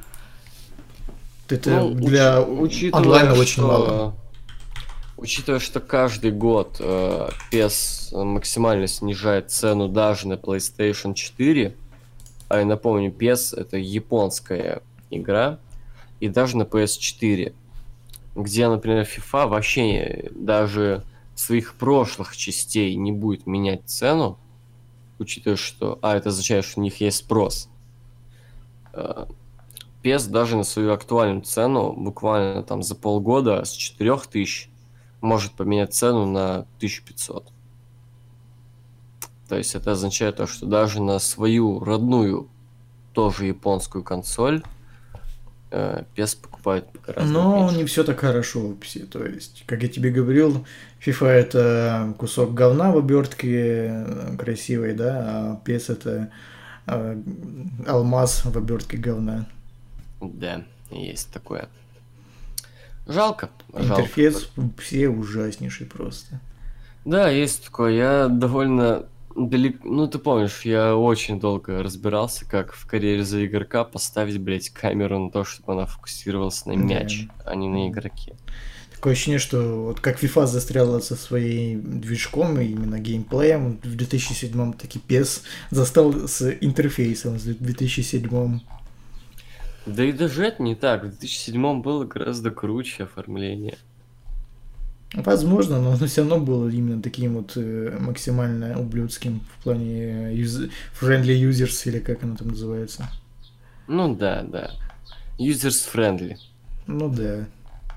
S4: Это
S3: Ну, уч-
S4: для
S3: учитывая,
S4: онлайна очень мало.
S3: что учитывая, что каждый год э, пес максимально снижает цену даже на PlayStation четыре, а я напомню, пес это японская игра, и даже на пи эс четыре, где, например, FIFA вообще даже своих прошлых частей не будет менять цену, учитывая, что... А, это означает, что у них есть спрос. Э, пес даже на свою актуальную цену буквально там за полгода с четырёх тысяч может поменять цену на тысячу пятьсот. То есть это означает то, что даже на свою родную, тоже японскую консоль э, пес покупает гораздо
S4: Но
S3: меньше.
S4: не все так хорошо вообще. То есть, как я тебе говорил, FIFA это кусок говна в обертке э, красивой, да, а пи эс это э, алмаз в обертке говна.
S3: Да, есть такое. Жалко, жалко.
S4: Интерфейс все ужаснейший просто.
S3: Да, есть такое. Я довольно далеко... Ну, ты помнишь, я очень долго разбирался, как в карьере за игрока поставить, блядь, камеру на то, чтобы она фокусировалась на мяч,
S4: Да.
S3: а не на игроке.
S4: Такое ощущение, что вот как FIFA застряла со своим движком и именно геймплеем, в две тысячи седьмом таки пи эс застал с интерфейсом в две тысячи седьмом.
S3: Да и даже это не так. В две тысячи седьмом было гораздо круче оформление.
S4: Возможно, но оно все равно было именно таким вот э, максимально ублюдским в плане юз... friendly users, или как оно там называется.
S3: Ну да, да. Users friendly.
S4: Ну да.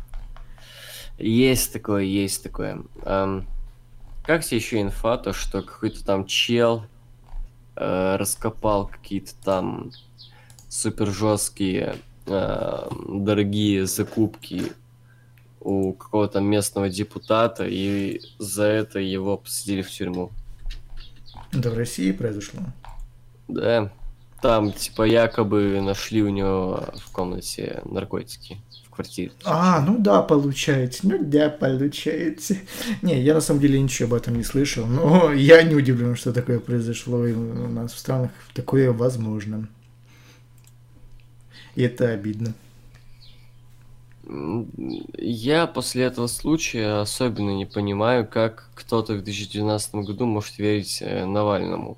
S3: Есть такое, есть такое. Ам, как тебе еще инфа, то что какой-то там чел э, раскопал какие-то там супер жесткие дорогие закупки у какого-то местного депутата, и за это его посадили в тюрьму.
S4: Это в России произошло?
S3: Да. Там, типа, якобы нашли у него в комнате наркотики. В квартире.
S4: А, ну да, получается. Ну да, получается. Не, я на самом деле ничего об этом не слышал, но я не удивлен, что такое произошло, и у нас в странах такое возможно. И это обидно.
S3: Я после этого случая особенно не понимаю, как кто-то в две тысячи двенадцатом году может верить э, Навальному.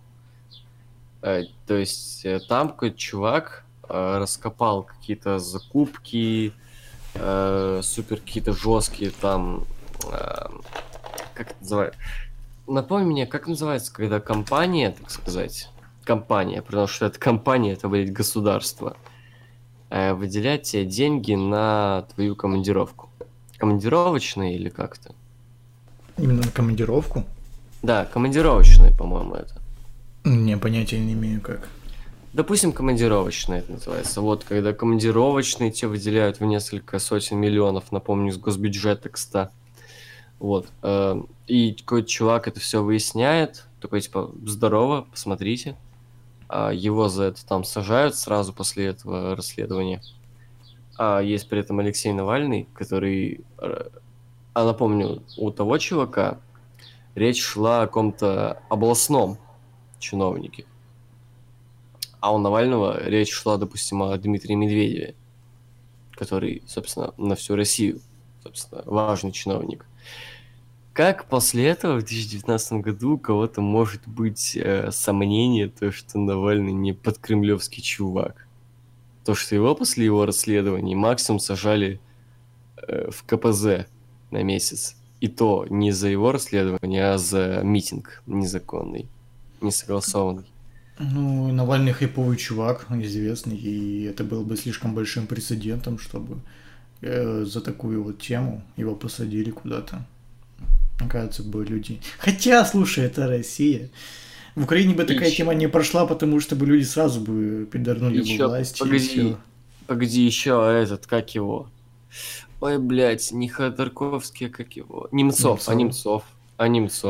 S3: Э, то есть э, там какой-то чувак э, раскопал какие-то закупки, э, супер какие-то жесткие там... Э, как это называется? Напомни мне, как называется, когда компания, так сказать, компания, потому что это компания, это, блядь, государство, выделять тебе деньги на твою командировку. Командировочные или как-то?
S4: Именно на командировку?
S3: Да, командировочные, по-моему, это.
S4: Не, понятия не имею как.
S3: Допустим, командировочные это называется. Вот, когда командировочные тебе выделяют в несколько сотен миллионов, напомню, из госбюджета, кстати. Вот. И какой-то чувак это все выясняет, такой, типа, здорово, посмотрите. Его за это там сажают сразу после этого расследования. А есть при этом Алексей Навальный, который... А напомню, у того чувака речь шла о каком-то областном чиновнике. А у Навального речь шла, допустим, о Дмитрии Медведеве, который, собственно, на всю Россию, собственно, важный чиновник. Как после этого в две тысячи девятнадцатом году у кого-то может быть э, сомнение, то, что Навальный не подкремлевский чувак? То, что его после его расследований максимум сажали э, в ка пэ зэ на месяц. И то не за его расследование, а за митинг незаконный, несогласованный.
S4: Ну, Навальный хайповый чувак, известный, и это было бы слишком большим прецедентом, чтобы э, за такую вот тему его посадили куда-то. Мне кажется, бы люди... Хотя, слушай, это Россия. В Украине бы такая
S3: Ищ.
S4: тема не прошла, потому что бы люди сразу бы придорнули бы власть.
S3: Погоди, погоди, еще этот, как его? Ой, блядь, не Ходорковский, а как его? Немцов,
S4: Немцов.
S3: а Немцов, а Немцов.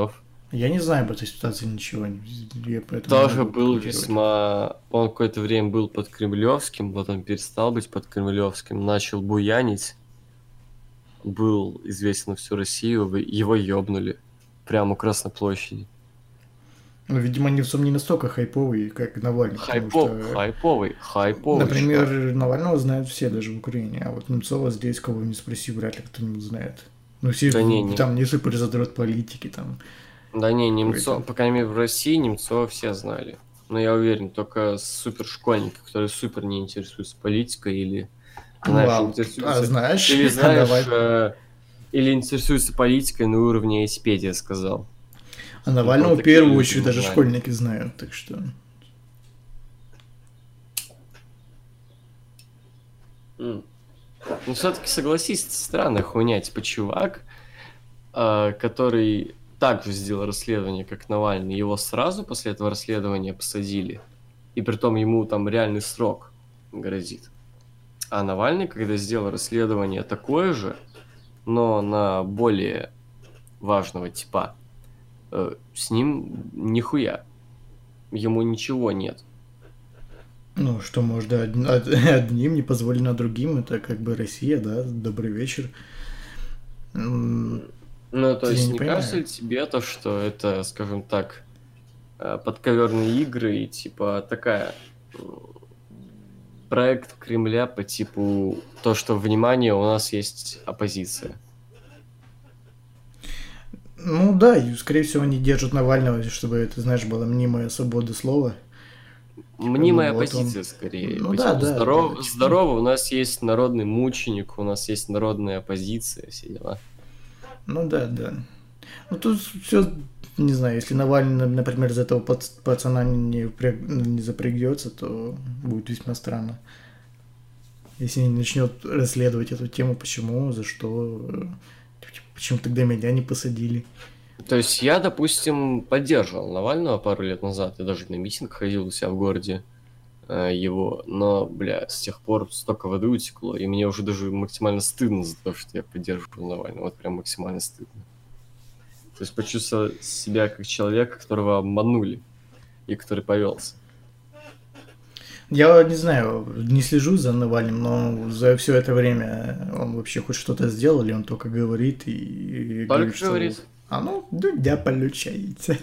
S4: Я не знаю об этой ситуации ничего, я поэтому не
S3: Тоже
S4: могу
S3: был
S4: комментировать.
S3: весьма... Он какое-то время был под Кремлевским, потом перестал быть под Кремлевским, начал буянить. Был известен на всю Россию, вы- его ёбнули. Прямо у Красной площади.
S4: Ну, видимо, Немцов не настолько хайповый, как Навальный, потому
S3: Хайпо...
S4: что,
S3: Хайповый, хайповый,
S4: например,
S3: чувак.
S4: Навального знают все, даже в Украине, а вот Немцова здесь, кого не спроси, вряд ли кто-нибудь знает. Ну, все
S3: Да не, не.
S4: там не супер задрот политики, там.
S3: Да не, Немцов,
S4: Какой-то.
S3: по крайней мере, в России Немцова все знали. Но я уверен, только супершкольники, которые супер не интересуются политикой или, знаешь,
S4: Вау. А
S3: интересуются...
S4: знаешь,
S3: Или, знаешь,
S4: Наваль-
S3: э, или интересуются политикой на уровне Википедии, я сказал.
S4: а Навального в
S3: такие
S4: первую
S3: люди
S4: очередь даже
S3: знали.
S4: школьники знают, так что...
S3: М. Ну, все-таки согласись, странная хуйня, типа, чувак, э, который также сделал расследование, как Навальный, его сразу после этого расследования посадили, и притом ему там реальный срок грозит. А Навальный, когда сделал расследование такое же, но на более важного типа, э, с ним нихуя. Ему ничего нет.
S4: Ну, что можно од- од- одним не позволено другим, это как бы Россия, да, добрый вечер. М,
S3: Ну, то
S4: Я
S3: есть,
S4: не
S3: не
S4: понимаю.
S3: кажется ли тебе то, что это, скажем так, э, подковерные игры и типа такая м, проект Кремля по типу то, что внимание, у нас есть оппозиция.
S4: Ну да, и скорее всего они держат Навального, чтобы это, знаешь, была мнимая свобода слова.
S3: Мнимая
S4: ну вот он-
S3: оппозиция, скорее.
S4: Ну
S3: По
S4: да,
S3: типу,
S4: да,
S3: здоров-
S4: да, типа-
S3: здорово, у нас есть народный мученик, у нас есть народная оппозиция, все дела.
S4: Ну да, да. Ну тут все, не знаю, если Навальный, например, из этого пац- пацана не, впряг- не запрягется, то будет весьма странно. Если не начнет расследовать эту тему, почему, за что, э, типа, почему тогда меня не посадили.
S3: То есть я, допустим, поддерживал Навального пару лет назад, я даже на митинг ходил у себя в городе э, его, но, бля, с тех пор столько воды утекло, и мне уже даже максимально стыдно за то, что я поддерживал Навального, вот прям максимально стыдно. То есть почувствовал себя как человека, которого обманули, и который повелся.
S4: Я не знаю, не слежу за Навальным, но за все это время он вообще хоть что-то сделал, или он только говорит и, и
S3: Только
S4: что-
S3: говорит.
S4: А ну, дудя получается.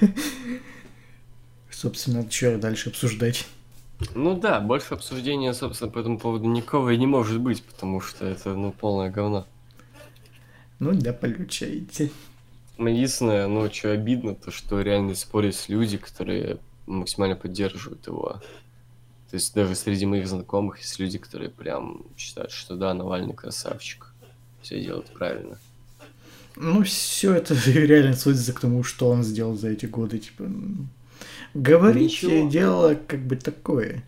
S4: Собственно, что дальше обсуждать?
S3: Ну да, больше обсуждения, собственно, по этому поводу никого и не может быть, потому что это, ну, полное говно.
S4: Ну, да, получается.
S3: Единственное, ну, что обидно, то, что реально спорят люди, которые максимально поддерживают его. То есть даже среди моих знакомых есть люди, которые прям считают, что да, Навальный красавчик, все делает правильно.
S4: Ну, все это реально сводится к тому, что он сделал за эти годы. Типа, м, говорить
S3: Ничего.
S4: дело как бы такое.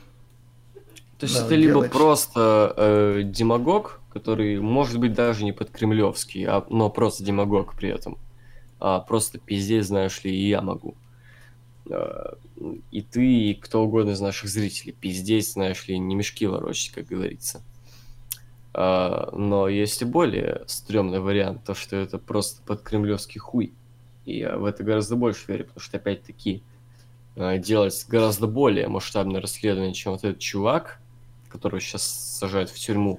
S3: То есть
S4: Да,
S3: это либо
S4: делать.
S3: просто э, демагог, который может быть даже не под кремлевский, а, но просто демагог при этом. А просто пиздец, знаешь ли, и я могу. Э, и ты, и кто угодно из наших зрителей. Пиздец, знаешь ли, не мешки ворочать, как говорится. А, но есть и более стрёмный вариант, то, что это просто под кремлевский хуй. И я в это гораздо больше верю, потому что, опять-таки, э, делать гораздо более масштабное расследование, чем вот этот чувак, которого сейчас сажают в тюрьму,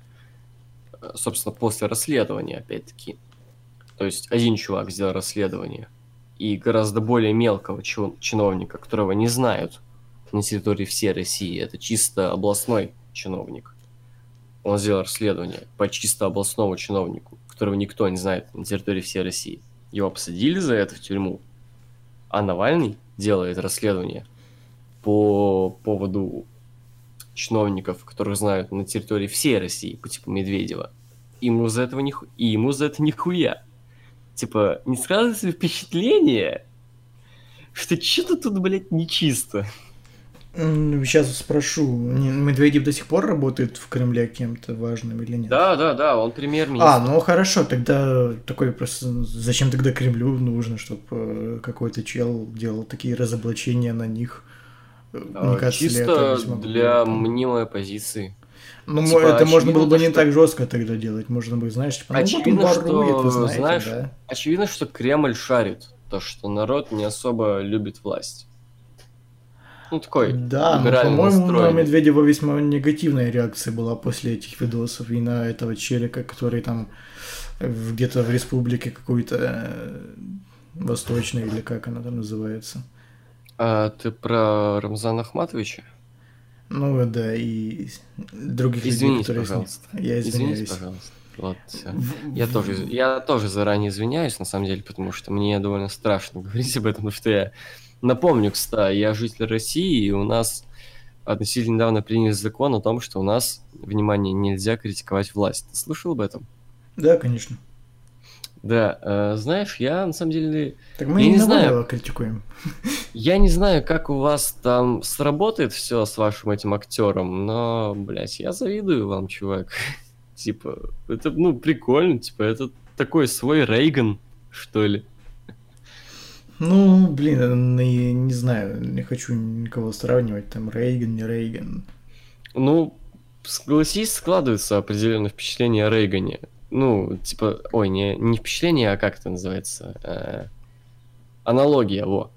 S3: э, собственно, после расследования, опять-таки. То есть один чувак сделал расследование, и гораздо более мелкого чу- чиновника, которого не знают на территории всей России, это чисто областной чиновник. Он сделал расследование по чисто областному чиновнику, которого никто не знает на территории всей России. Его посадили за это в тюрьму, а Навальный делает расследование по поводу чиновников, которых знают на территории всей России, по типу Медведева. Ему за этого ниху... И ему за это нихуя. Типа, не складывается впечатление, что что-то тут, блядь, нечисто.
S4: Сейчас спрошу, не- Медведев до сих пор работает в Кремле кем-то важным или нет?
S3: Да, да, да, он премьер-министр.
S4: А, ну хорошо, тогда такой просто... Зачем тогда Кремлю нужно, чтобы какой-то чел делал такие разоблачения на них? Э,
S3: А,
S4: Мне кажется, ли это
S3: чисто
S4: весьма
S3: для
S4: глупо?
S3: мнимой позиции.
S4: Ну,
S3: типа,
S4: это можно было
S3: очевидно
S4: бы
S3: то,
S4: не
S3: что-
S4: так жестко тогда делать. Можно бы, знаешь, типа, ну вот он
S3: Очевидно,
S4: ворует,
S3: что,
S4: вы знаете,
S3: знаешь,
S4: да?
S3: очевидно, что Кремль шарит то, что народ не особо любит власть. Ну, такой
S4: Да, но,
S3: либерально
S4: по-моему, на
S3: настроенный.
S4: Медведева весьма негативная реакция была после этих видосов и на этого челика, который там в- где-то в республике какой-то э, восточной, или как она там называется.
S3: А ты про Рамзана Ахматовича?
S4: Ну да, и других людей,
S3: Извинись,
S4: которые с ним.
S3: пожалуйста.
S4: Я
S3: Извинись,
S4: извиняюсь.
S3: пожалуйста. Вот, всё.
S4: В-
S3: Я
S4: в-
S3: тоже, из- я тоже заранее извиняюсь, на самом деле, потому что мне довольно страшно говорить об этом, потому что я напомню, кстати, я житель России, и у нас относительно недавно приняли закон о том, что у нас, внимание, нельзя критиковать власть. Ты слышал об этом?
S4: Да, конечно.
S3: Да, э, знаешь, я на самом деле,
S4: Так мы
S3: я
S4: и
S3: не знаю,
S4: Навального критикуем.
S3: я не знаю, как у вас там сработает все с вашим этим актером, но, блядь, я завидую вам, чувак. Типа, это, ну, прикольно, типа, это такой свой Рейган, что ли.
S4: Ну, блин, не, не знаю, не хочу никого сравнивать, там Рейган, не Рейган.
S3: Ну, согласись, складывается определенное впечатление о Рейгане. Ну, типа, ой, не, не впечатление, а как это называется? Э, аналогия, во.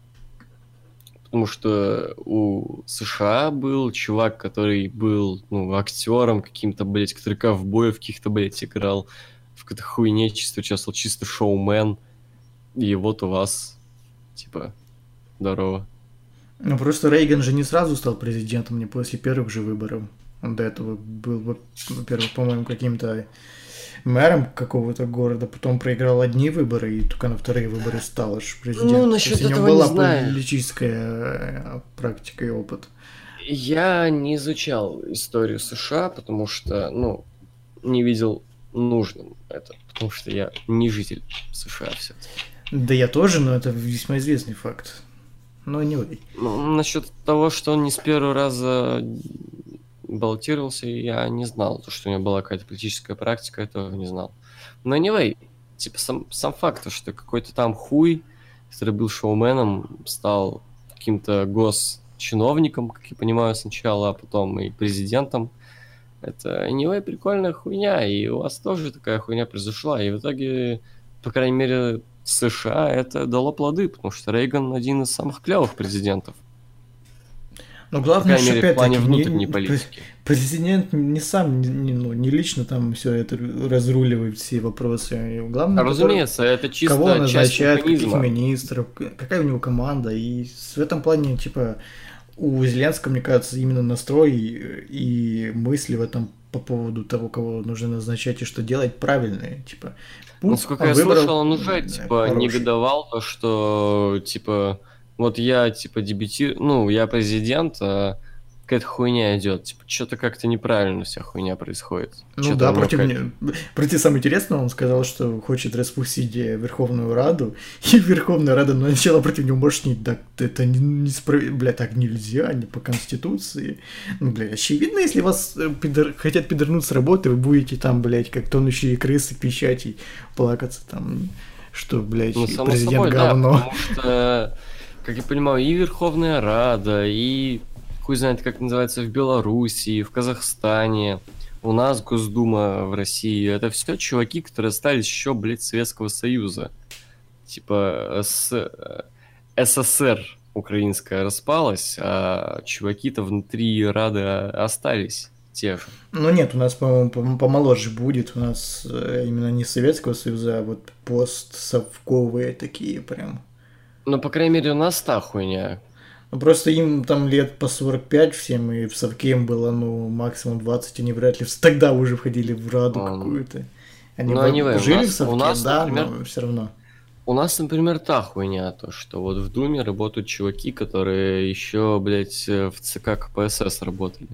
S3: Потому что у США был чувак, который был, ну, актером каким-то, блядь, который ковбоев каких-то, блядь, играл, в какой-то хуйне чисто участвовал, чисто шоумен. И вот у вас, типа, здорово.
S4: Ну, просто Рейган же не сразу стал президентом, не после первых же выборов. Он до этого был, во- во-первых, по-моему, каким-то мэром какого-то города, потом проиграл одни выборы, и только на вторые выборы стал аж президентом.
S3: Ну,
S4: То
S3: насчет
S4: есть у него
S3: этого не
S4: была
S3: знаю.
S4: политическая э, практика и опыт.
S3: Я не изучал историю США, потому что, ну, не видел нужным это, потому что я не житель США все-таки.
S4: Да я тоже, но это весьма известный факт. Но не way.
S3: Ну, насчет того, что он не с первого раза баллотировался, я не знал. То, что у него была какая-то политическая практика, я тоже не знал. Но anyway, типа сам, сам факт, то, что какой-то там хуй, который был шоуменом, стал каким-то госчиновником, как я понимаю, сначала, а потом и президентом. Это anyway прикольная хуйня, и у вас тоже такая хуйня произошла. И в итоге, по крайней мере, США это дало плоды, потому что Рейган один из самых клевых президентов.
S4: Но
S3: По
S4: главное,
S3: крайней
S4: что
S3: мере, в плане
S4: опять-таки,
S3: внутренней
S4: не-
S3: политики.
S4: президент не сам, не, не- ну, не лично там все это разруливает, все вопросы. И главное,
S3: А, разумеется, это чисто
S4: кого он
S3: часть
S4: назначает, каких
S3: механизма.
S4: министров, к- какая у него команда. И с- в этом плане, типа, у Зеленского, мне кажется, именно настрой и мысли в этом по поводу того, кого нужно назначать и что делать, правильные. Типа, путь
S3: Насколько
S4: он
S3: я
S4: выбрал,
S3: слышал, он уже,
S4: м,
S3: типа,
S4: хороший.
S3: негодовал, то, что, типа, вот я, типа, дебютирую, ну, я президент, а какая-то хуйня идет. Типа, что-то как-то неправильно вся хуйня происходит.
S4: Ну
S3: Чё-то
S4: да,
S3: у него
S4: против,
S3: какая-то-
S4: не- против самое интересное, он сказал, что хочет распустить э, Верховную Раду, и Верховная Рада начала против него морщить, так это не, не справ- бля, так нельзя, не по Конституции. Ну, бля, очевидно, если вас э, пидор- хотят пидорнуть с работы, вы будете там, блядь, как тонущие крысы пищать и плакаться там, что, блядь,
S3: Ну, само
S4: президент
S3: собой, да,
S4: говно.
S3: потому что, как я понимаю, и Верховная Рада, и хуй знает, как называется, в Белоруссии, в Казахстане, у нас Госдума в России, это все чуваки, которые остались еще, блядь, Советского Союза. Типа, с... э, СССР украинская распалась, а чуваки-то внутри Рады остались те же.
S4: Ну нет, у нас, по-моему, пом- помоложе будет, у нас э, именно не Советского Союза, а вот постсовковые такие прям.
S3: Ну, по крайней мере, у нас та хуйня.
S4: Ну, просто им там лет по сорок пять всем, и в совке им было, ну, максимум двадцать, они вряд ли в- тогда уже входили в Раду
S3: А,
S4: какую-то. Они
S3: ну,
S4: в-
S3: anyway, у
S4: жили
S3: нас-
S4: в совке,
S3: у нас,
S4: да,
S3: например,
S4: но все равно.
S3: У нас, например, та хуйня, то, что вот в Думе работают чуваки, которые еще, блядь, э, в ЦК КПСС работали.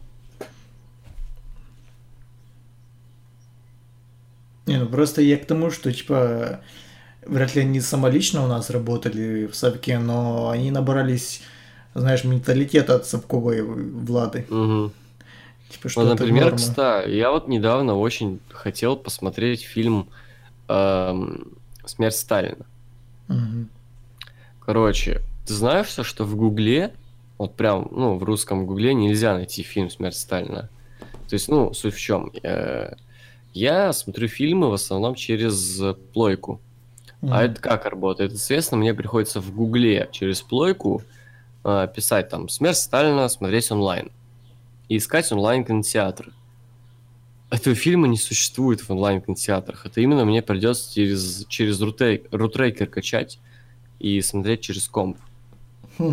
S4: Не, ну просто я к тому, что, типа, вряд ли они самолично у нас работали в совке, но они набрались, знаешь, менталитета от совковой влады.
S3: Угу.
S4: Типа, что
S3: Вот,
S4: это
S3: например,
S4: норма.
S3: кстати, я вот недавно очень хотел посмотреть фильм эм, «Смерть Сталина».
S4: Мгм.
S3: Короче, ты знаешь, что, что в Гугле, вот прям, ну, в русском Гугле нельзя найти фильм «Смерть Сталина». То есть, ну, суть в чем? Я смотрю фильмы в основном через плойку. А
S4: Мгм.
S3: это как работает? Соответственно, мне приходится в Гугле через плойку э, писать там «Смерть Сталина смотреть онлайн» и искать онлайн-кинотеатры. Этого фильма не существует в онлайн-кинотеатрах. Это именно мне придется через, через рутрей- рутрекер качать и смотреть через комп.
S4: Хм.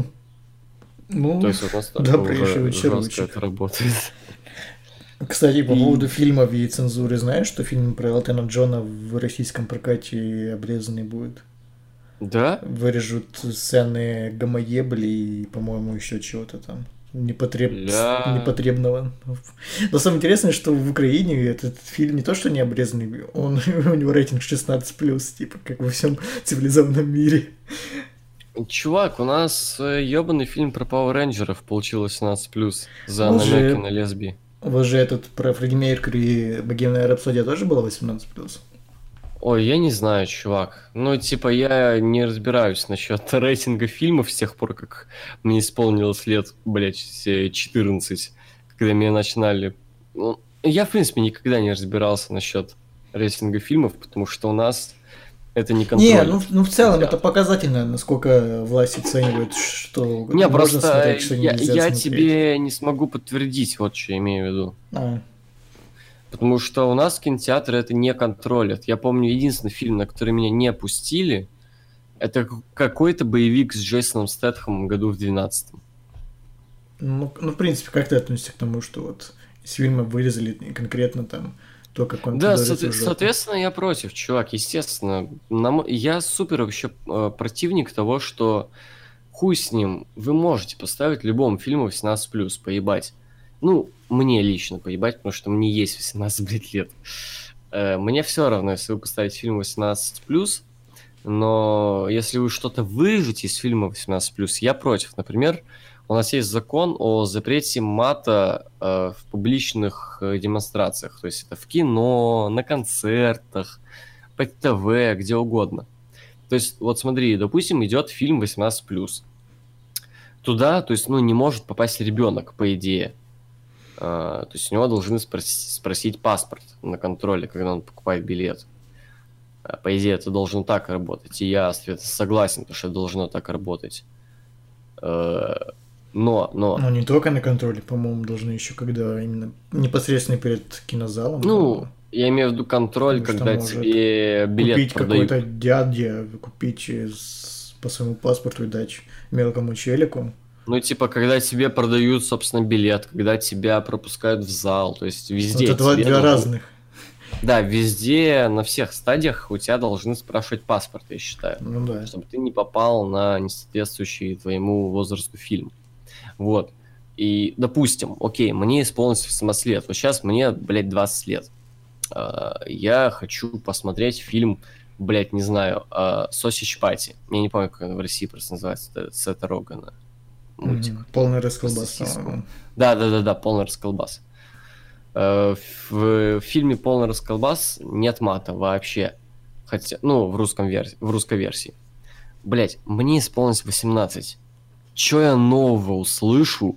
S3: То
S4: Ну,
S3: есть вот настолько
S4: добрейший
S3: уже жестко
S4: вечерочек.
S3: это работает.
S4: Кстати, по
S3: И
S4: поводу фильмов и цензуры, знаешь, что фильм про Элтона Джона в российском прокате обрезанный будет?
S3: да,
S4: Вырежут сцены гомоебли и, по-моему, еще чего-то там непотреб...
S3: ля...
S4: непотребного. Но самое интересное, что в Украине этот фильм не то, что не обрезанный, он, у него рейтинг шестнадцать плюс, типа, как во всем цивилизованном мире.
S3: Чувак, у нас ебаный фильм про Пауэр Рейнджеров получил восемнадцать плюс
S4: У
S3: за
S4: вас
S3: намеки
S4: же,
S3: на лесби.
S4: у вас же этот про Фредди Меркьюри «Богемная рапсодия» тоже было восемнадцать плюс?
S3: Ой, я не знаю, чувак. Ну, типа, я не разбираюсь насчет рейтинга фильмов с тех пор, как мне исполнилось лет, блядь, все четырнадцать, когда меня начинали... Ну, я, в принципе, никогда не разбирался насчет рейтинга фильмов, потому что у нас это не
S4: Не,
S3: контроль.
S4: ну, ну в целом это показательно, насколько власть оценивает, что
S3: Не,
S4: можно
S3: просто
S4: смотреть, что
S3: я,
S4: нельзя
S3: я
S4: смотреть.
S3: тебе не смогу подтвердить, вот что я имею в виду.
S4: А,
S3: Потому что у нас кинотеатры это не контролят. Я помню, единственный фильм, на который меня не пустили, это к- какой-то боевик с Джейсоном Стэтхэмом году в двенадцатом.
S4: ну, ну, в принципе, как ты относишься к тому, что вот из фильма вырезали конкретно там то, как он
S3: Да,
S4: пидорится
S3: соотве-
S4: в жопу?
S3: соответственно, я против, чувак, естественно. На мо- Я супер вообще э, противник того, что хуй с ним, вы можете поставить любому фильму восемнадцать плюс, поебать. Ну, мне лично поебать, потому что мне есть восемнадцать, блядь, лет. Э, Мне все равно, если вы поставите фильм восемнадцать плюс, но если вы что-то вырежете из фильма восемнадцать плюс, я против. Например, у нас есть закон о запрете мата э, в публичных э, демонстрациях. То есть это в кино, на концертах, по ТВ, где угодно. То есть, вот смотри, допустим, идет фильм восемнадцать плюс. Туда, то есть, ну, не может попасть ребенок, по идее. А, то есть у него должны спрос- спросить паспорт на контроле, когда он покупает билет. А, По идее, это должно так работать. И я, соответственно, согласен, потому что это должно так работать. Э, Но, но,
S4: Ну, не только на контроле, по-моему, должны еще когда именно непосредственно перед кинозалом.
S3: ну, я имею в виду контроль,
S4: Потому что
S3: когда
S4: может
S3: тебе билет
S4: купить
S3: продают.
S4: какой-то дядя, купить с- по своему паспорту и дать мелкому челику.
S3: Ну, типа, когда тебе продают, собственно, билет, когда тебя пропускают в зал, то есть
S4: Вот
S3: везде
S4: это два,
S3: тебе
S4: два
S3: должны...
S4: разных.
S3: Да, везде, на всех стадиях у тебя должны спрашивать паспорт, я считаю,
S4: Ну да.
S3: чтобы ты не попал на несоответствующий твоему возрасту фильм. Вот. И, допустим, окей, мне исполнилось восемнадцать лет, вот сейчас мне, блядь, двадцать лет. А, Я хочу посмотреть фильм, блядь, не знаю, а, Sausage Party. Я не помню, как он в России просто называется, это Сета Рогана мультик.
S4: Мгм. Полный
S3: Про
S4: расколбас,
S3: сосиску.
S4: по-моему.
S3: Да, да, да, да, полный расколбас. Э, В фильме «Полный расколбас» нет мата вообще. Хотя, ну, в русском версии, в русской версии. Блять, мне исполнилось восемнадцать. Чё я нового услышу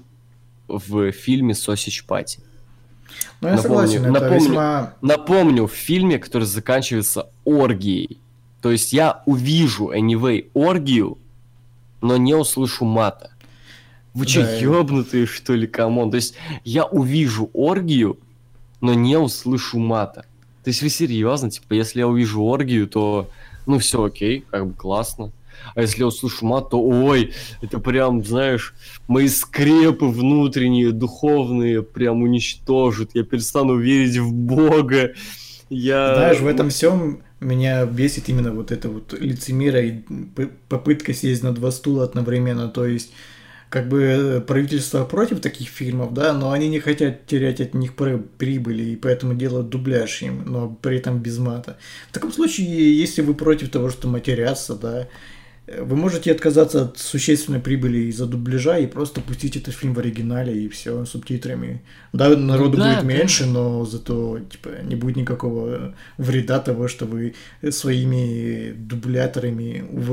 S3: в фильме «Sausage Party»?
S4: Ну, я
S3: Напомню,
S4: согласен, это
S3: напомню,
S4: весьма...
S3: напомню, в фильме, который заканчивается оргией. То есть я увижу, anyway, оргию, но не услышу мата. Вы чё,
S4: Да, и-
S3: ёбнутые, что ли, камон? То есть я увижу оргию, но не услышу мата. То есть вы серьезно, типа, если я увижу оргию, то, ну, все окей, как бы классно. А если я услышу мат, то, ой, это прям, знаешь, мои скрепы внутренние, духовные прям уничтожат. Я перестану верить в Бога. Я...
S4: Знаешь, в этом всем меня бесит именно вот это вот лицемерие и п- попытка сесть на два стула одновременно. То есть, как бы правительство против таких фильмов, да, но они не хотят терять от них при- прибыли, и поэтому делают дубляж им, но при этом без мата. В таком случае, если вы против того, что матерятся, да, э, вы можете отказаться от существенной прибыли из-за дубляжа и просто пустить этот фильм в оригинале и все субтитрами. Да, народу
S3: да,
S4: будет
S3: да.
S4: меньше, но зато типа не будет никакого вреда того, что вы своими дубляторами ув-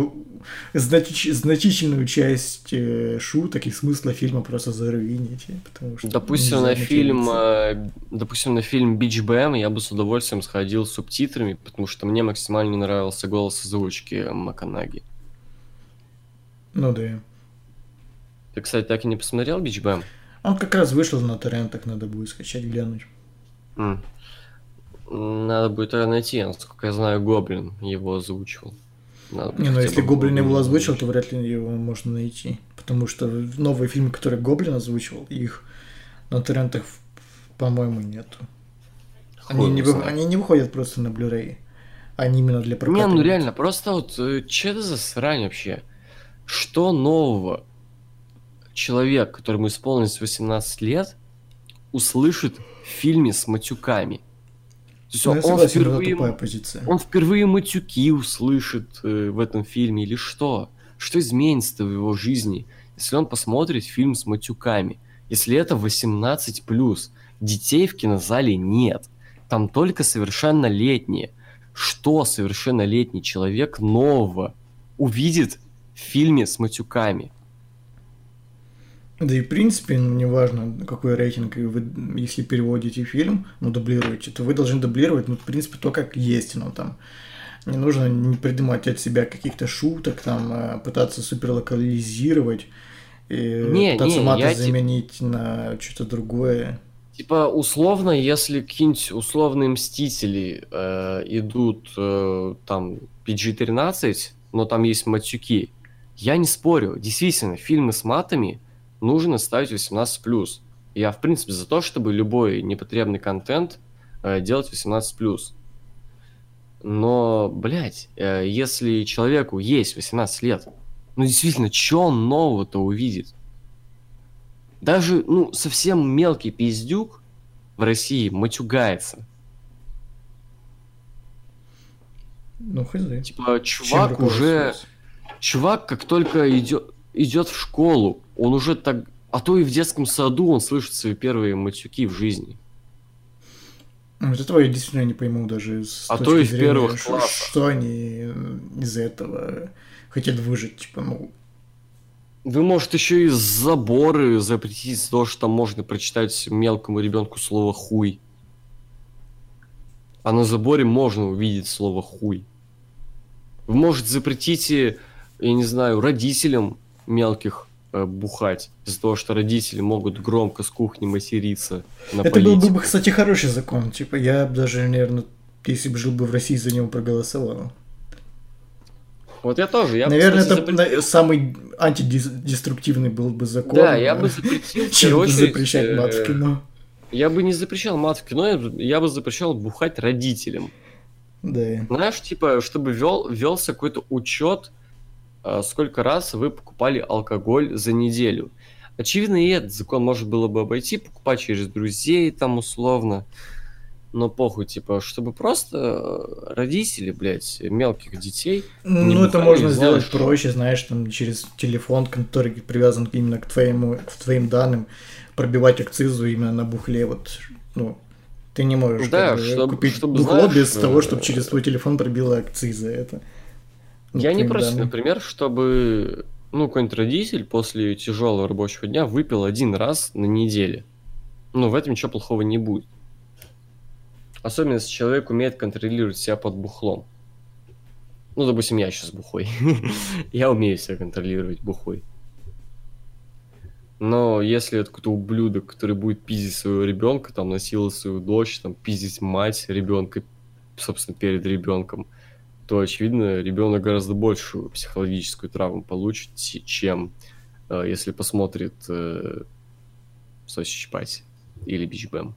S4: значи- значительную часть э, шуток и смысла фильма просто заруините, потому что
S3: Допустим,
S4: нельзя
S3: на фильм,
S4: материться.
S3: э, допустим, на фильм Beach Bam я бы с удовольствием сходил с субтитрами, потому что мне максимально не нравился голос озвучки Маканаги.
S4: Ну да.
S3: Ты, кстати, так и не посмотрел Beach Bam?
S4: Он как раз вышел на торрентах, надо будет скачать, глянуть.
S3: М. Надо будет его найти, насколько я знаю, Гоблин его озвучивал. Надо будет
S4: Не, ну
S3: хотя
S4: если
S3: бы
S4: Гоблин его
S3: Гоблина
S4: озвучил, то
S3: озвучить.
S4: вряд ли его можно найти. Потому что новые фильмы, которые Гоблин озвучивал, их на торрентах, по-моему, нету. Они
S3: Хуй
S4: не,
S3: его
S4: вы-
S3: знает.
S4: они не выходят просто на Blu-ray. Они именно для
S3: Не,
S4: проката
S3: ну
S4: идут.
S3: реально, просто вот, э, че это за срань вообще? Что нового человек, которому исполнилось восемнадцать лет, услышит в фильме с матюками? То есть
S4: Ну,
S3: он,
S4: я
S3: он
S4: согласен, это
S3: впервые,
S4: тупая
S3: м-
S4: позиция.
S3: он впервые матюки услышит э, в этом фильме или что? Что изменится в его жизни, если он посмотрит фильм с матюками? Если это восемнадцать плюс, детей в кинозале нет, там только совершеннолетние. Что совершеннолетний человек нового увидит в фильме с матюками?
S4: Да и в принципе, ну, неважно, какой рейтинг, и вы, если переводите фильм, ну, дублируете, то вы должны дублировать, ну, в принципе, то, как есть, ну, там, не нужно не придумать от себя каких-то шуток, там, э, пытаться суперлокализировать, и
S3: Не,
S4: пытаться
S3: не,
S4: маты
S3: я типа...
S4: заменить на что-то другое.
S3: Типа, условно, если какие-нибудь условные Мстители э, идут э, там пи джи тринадцать, но там есть матюки, я не спорю. Действительно, фильмы с матами нужно ставить восемнадцать плюс. Я, в принципе, за то, чтобы любой непотребный контент э, делать восемнадцать плюс. Но, блядь, э, если человеку есть восемнадцать лет, ну действительно, что он нового-то увидит? Даже, ну, совсем мелкий пиздюк в России матюгается.
S4: Ну, хз.
S3: Типа,
S4: Чем
S3: чувак уже...
S4: руководствуются?
S3: Чувак, как только идет, идет в школу, он уже так... А то и в детском саду он слышит свои первые матюки в жизни.
S4: Вот этого я действительно не пойму даже с
S3: А
S4: точки
S3: то и в
S4: зрения,
S3: первых
S4: ш-
S3: классах.
S4: что они из-за этого хотят выжить, типа, ну,
S3: Вы, может, еще и заборы запретить за то, что там можно прочитать мелкому ребенку слово «хуй». А на заборе можно увидеть слово «хуй». Вы, может, запретите, я не знаю, родителям мелких э, бухать из-за того, что родители могут громко с кухни материться на
S4: это был бы,
S3: политику.
S4: кстати, хороший закон. Типа, я б даже, наверное, если бы жил бы в России, за него проголосовал.
S3: Вот я тоже. Я бы,
S4: Наверное,
S3: кстати,
S4: это
S3: запретил.
S4: на- самый антидеструктивный был бы закон.
S3: Да, я
S4: э,
S3: бы запретил, в
S4: чем
S3: первую очередь,
S4: запрещать мат в
S3: э,
S4: кино.
S3: я бы не запрещал мат в кино, я бы- я бы запрещал бухать родителям.
S4: Да.
S3: Знаешь, типа, чтобы вел, велся какой-то учет, э, сколько раз вы покупали алкоголь за неделю. Очевидно, и этот закон можно было бы обойти, покупать через друзей там условно. Но похуй, типа, чтобы просто э, родители, блядь, мелких детей не
S4: Ну, это
S3: бухали,
S4: можно
S3: знаешь.
S4: сделать проще, знаешь, там через телефон, который привязан именно к твоему, к твоим данным, пробивать акцизу именно на бухле. Вот, ну, ты не можешь
S3: Да,
S4: как бы,
S3: чтоб-
S4: купить
S3: чтобы,
S4: бухло
S3: знаешь,
S4: без того,
S3: э,
S4: чтобы через твой телефон пробила акциза. Это. ну,
S3: Я не
S4: твоим
S3: против,
S4: данным.
S3: например, чтобы, ну, какой-нибудь родитель после тяжелого рабочего дня выпил один раз на неделе. Ну, в этом ничего плохого не будет. Особенно, если человек умеет контролировать себя под бухлом. Ну, допустим, я сейчас бухой. Я умею себя контролировать бухой. Но если это какой-то ублюдок, который будет пиздить своего ребенка, там, насиловать свою дочь, там, пиздить мать ребенка, собственно, перед ребенком, то, очевидно, ребенок гораздо большую психологическую травму получит, те- чем э, если посмотрит э, Sausage Party или Beach Bam.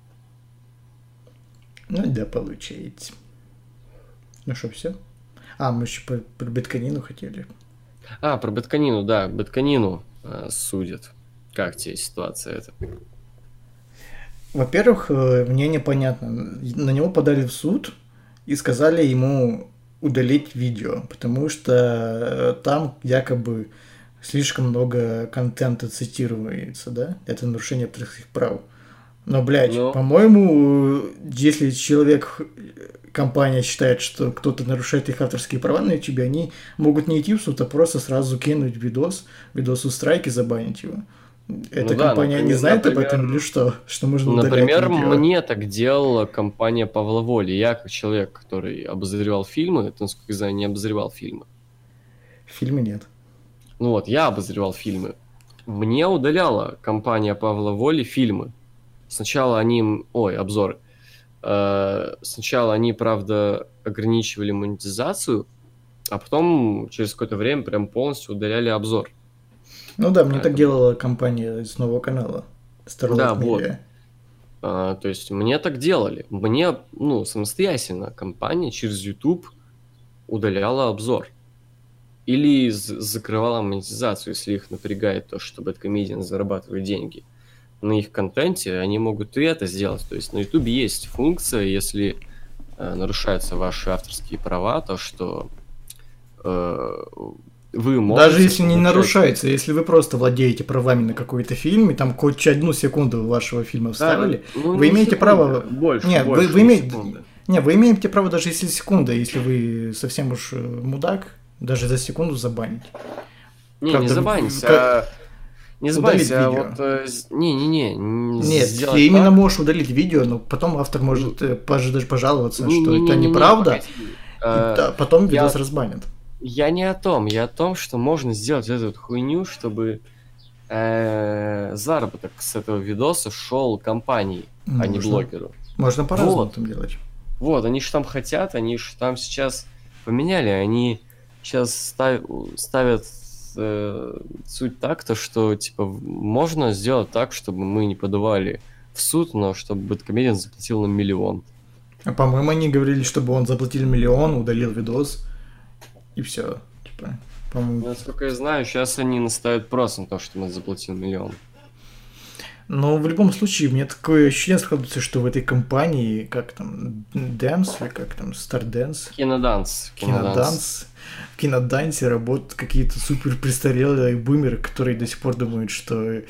S4: Ну, да, получается. Ну что, все? А, мы еще про, про Бетканину хотели.
S3: А, про Бэтканину, да, Бэтканину э, судят. Как тебе ситуация эта?
S4: Во-первых, э, мне непонятно. На него подали в суд и сказали ему удалить видео, потому что э, там якобы слишком много контента цитируется, да? Это нарушение авторских прав. Но, блядь,
S3: Ну.
S4: по-моему, э, если человек компания считает, что кто-то нарушает их авторские права на YouTube, они могут не идти в суд, а просто сразу кинуть видос, видос у страйки, забанить его. Эта
S3: Ну да,
S4: компания не
S3: например-
S4: знает об
S3: например-
S4: этом или что? Что можно удалять
S3: Например,
S4: видео?
S3: мне так делала компания Павла Воли. Я, как человек, который обозревал фильмы, ты, насколько я знаю, не обозревал фильмы.
S4: В фильме нет.
S3: Ну вот, я обозревал фильмы. Мне удаляла компания Павла Воли фильмы. Сначала они... м- Ой, обзоры. Э, Сначала они, правда, ограничивали монетизацию, а потом через какое-то время прям полностью удаляли обзор.
S4: Ну да, мне
S3: А,
S4: так
S3: это-
S4: делала компания с нового канала. Starlight
S3: Да, вот.
S4: Media.
S3: А, то есть мне так делали. Мне, ну, самостоятельно компания через YouTube удаляла обзор. Или з- закрывала монетизацию, если их напрягает то, что Бэдкомедиан зарабатывает деньги на их контенте, они могут и это сделать. То есть на YouTube есть функция, если э, нарушаются ваши авторские права, то что э, вы можете...
S4: Даже если не
S3: получать-
S4: нарушается, если вы просто владеете правами на какой-то фильм, и там хоть одну секунду вашего фильма
S3: Да,
S4: вставили,
S3: ну,
S4: вы
S3: не
S4: имеете
S3: секунда,
S4: право...
S3: Больше,
S4: Нет, вы-
S3: больше,
S4: вы
S3: не
S4: имеете-
S3: секунда.
S4: Не, вы имеете право даже если секунда, если вы совсем уж э, мудак, даже за секунду забанить.
S3: Не,
S4: Правда,
S3: не забанься,
S4: как-
S3: а... Не забанься, а
S4: видео.
S3: вот... э, с- Не-не-не, н-
S4: Нет,
S3: сделать
S4: ты именно
S3: так-
S4: можешь удалить видео, но потом автор может э, пож- даже пожаловаться, что это
S3: Не-не-не-не-не,
S4: неправда,
S3: погоди.
S4: и
S3: Э,
S4: да, потом
S3: я-
S4: видос разбанят.
S3: Я не о том, я о том, что можно сделать эту вот хуйню, чтобы э, заработок с этого видоса шел компании, а не
S4: Можно.
S3: блогеру.
S4: Можно по-разному
S3: Вот.
S4: там делать.
S3: Вот, они же там хотят, они же там сейчас поменяли, они сейчас став- ставят э, суть так, то что типа в- можно сделать так, чтобы мы не подавали в суд, но чтобы Бэдкомедиан заплатил нам миллион.
S4: А по-моему, они говорили, чтобы он заплатил миллион, удалил видос, и все. Типа, по-моему.
S3: Насколько я знаю, сейчас они наставят просто на то, что мы заплатил миллион.
S4: Но в любом случае, мне такое ощущение складывается, что в этой компании, как там, Dance, или как там, Stardance,
S3: Киноданс.
S4: Киноданс, в Кинодансе работают какие-то супер престарелые бумеры, которые до сих пор думают, что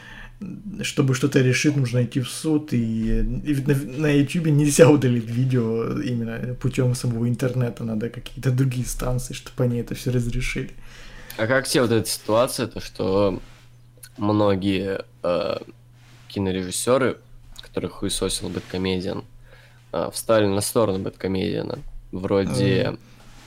S4: чтобы что-то решить, нужно идти в суд, и, и на, на YouTube нельзя удалить видео именно путем самого интернета, надо какие-то другие станции, чтобы они это все разрешили.
S3: А как тебе вот эта ситуация, то что многие э, кинорежиссеры, которых хуесосил Бэдкомедиан, э, встали на сторону Бэдкомедиана, вроде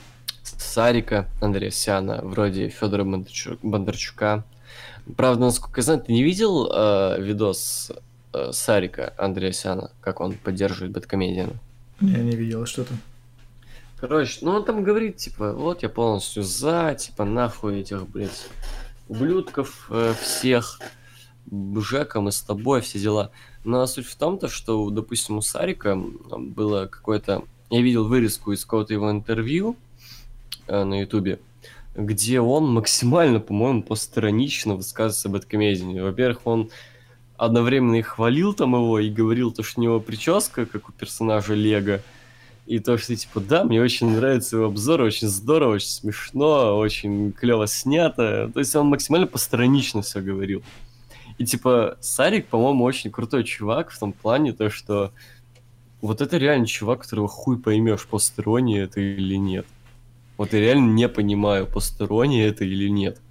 S3: Сарика Андреасяна, вроде Федора Бондарчу- Бондарчука. Правда, насколько я знаю, ты не видел э, видос э, Сарика Андреасяна, как он поддерживает Бэдкомедиана?
S4: Я не видел что-то.
S3: Короче, ну он там говорит, типа, вот я полностью за, типа, нахуй этих, блядь, ублюдков э, всех, Жека, мы с тобой, все дела. Но суть в том, то, что, допустим, у Сарика было какое-то... Я видел вырезку из какого-то его интервью э, на Ютубе, где он максимально, по-моему, постранично высказывается об Бэдкомедиане. Во-первых, он одновременно и хвалил там его, и говорил, то, что у него прическа, как у персонажа Лего, и то, что, типа, да, мне очень нравится его обзор, очень здорово, очень смешно, очень клево снято. То есть он максимально постранично все говорил. И, типа, Сарик, по-моему, очень крутой чувак в том плане, то, что вот это реально чувак, которого хуй поймешь, посторонний это или нет. Вот я реально не понимаю, посторонний это или нет.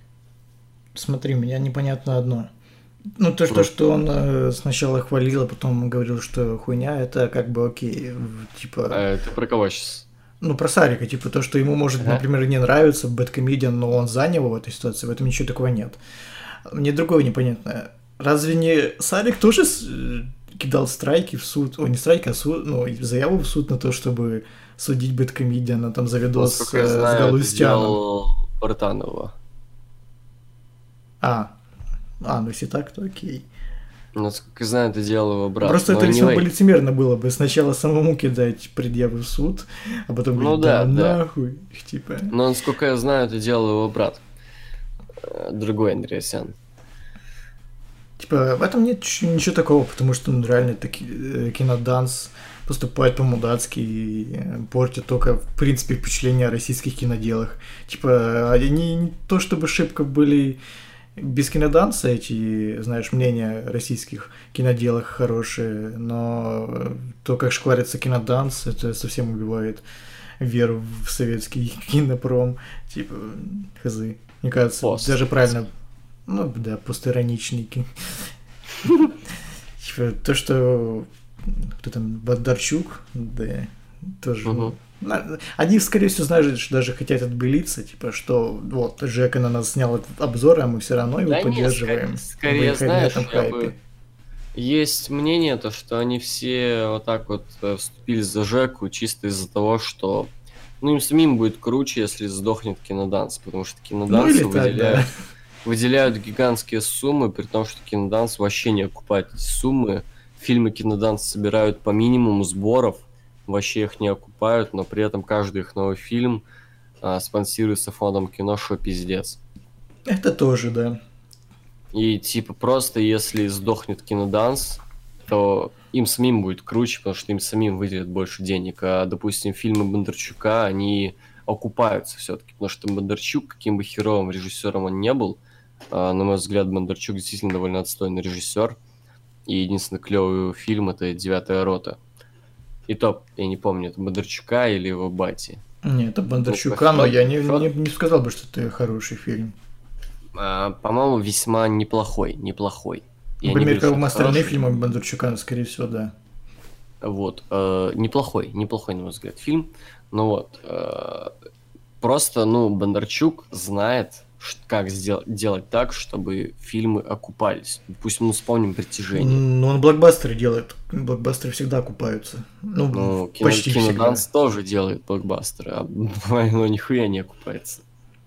S4: Смотри, меня непонятно одно. Ну, то, что, что он э, сначала хвалил, а потом говорил, что хуйня, это как бы окей. в- Типа,
S3: А ты про кого сейчас?
S4: ну, про Сарика, типа, то, что ему может,
S3: Ага.
S4: например, не нравится Бэдкомедиан, но он за него в этой ситуации, в этом ничего такого нет. Мне другое непонятно. Разве не Сарик тоже с- э, кидал страйки в суд, о, не страйки, а суд, ну, и заяву в суд на то, чтобы судить Бэдкомедиана там за видос
S3: Насколько я
S4: э, с
S3: знаю, это
S4: Галустяном?
S3: делал Бартанова.
S4: А, а, ну если так, то окей.
S3: Насколько я знаю, это делал его брат.
S4: Просто
S3: но
S4: это весьма
S3: anyway.
S4: бы лицемерно было бы сначала самому кидать предъявы в суд, а потом
S3: Ну
S4: говорить,
S3: да,
S4: да,
S3: да.
S4: нахуй, типа.
S3: Но, насколько я знаю, это делал его брат. Э, Другой Андреасян.
S4: Типа, в этом нет ч- ничего такого, потому что ну, реально таки, э, киноданс поступает по-мудацки и э, портит только, в принципе, впечатление о российских киноделах. Типа, они не то чтобы шибко были без киноданса эти, знаешь, мнения о российских киноделах хорошие, но то, как шкварится киноданс, это совсем убивает веру в советский кинопром. Типа, хз. Мне кажется,
S3: Пост.
S4: даже правильно, ну да, постироничники. Типа, то, что кто там, Бондарчук, да, тоже.
S3: Мгм.
S4: На- Они, скорее всего, знаешь, даже хотят отбелиться, типа, что вот Жека на нас снял этот обзор, а мы все равно его
S3: Да не,
S4: поддерживаем.
S3: ска- скорее,
S4: в
S3: знаешь,
S4: этом
S3: я
S4: хайпе.
S3: бы... Есть мнение, то, что они все вот так вот э, вступили за Жеку чисто из-за того, что ну, им самим будет круче, если сдохнет киноданс, потому что
S4: Ну
S3: кинодансы
S4: или так, да.
S3: выделяют, выделяют гигантские суммы, при том, что киноданс вообще не окупает эти суммы. Фильмы киноданс собирают по минимуму сборов, вообще их не окупают, но при этом каждый их новый фильм а, спонсируется фондом кино, что пиздец.
S4: Это тоже, да.
S3: И типа просто если сдохнет киноданс, то им самим будет круче, потому что им самим выделят больше денег. А, допустим, фильмы Бондарчука, они окупаются все-таки, потому что Бондарчук, каким бы херовым режиссером он не был, а, на мой взгляд, Бондарчук действительно довольно отстойный режиссер. И единственный клевый фильм это «Девятая рота». И то, я не помню, это Бондарчука или его бати.
S4: Не, это
S3: Ну,
S4: Бондарчука, но
S3: Фёд-
S4: я не,
S3: Фёд-
S4: не, не сказал бы, что это хороший фильм.
S3: А, по-моему, весьма неплохой, неплохой. Я не
S4: Например,
S3: говорю, что
S4: как
S3: это
S4: остальные
S3: хороший.
S4: фильмы Бондарчука, скорее всего, да.
S3: Вот, э, неплохой, неплохой, на мой взгляд, фильм. Ну вот, э, просто, ну, Бондарчук знает, ш- как сдел- делать так, чтобы фильмы окупались. Допустим, ну, вспомним «Притяжение».
S4: Ну, он блокбастеры делает. Блокбастеры всегда окупаются. Ну,
S3: Ну, кино,
S4: почти всегда.
S3: Киноданс тоже делает блокбастеры, а оно нихуя не окупается.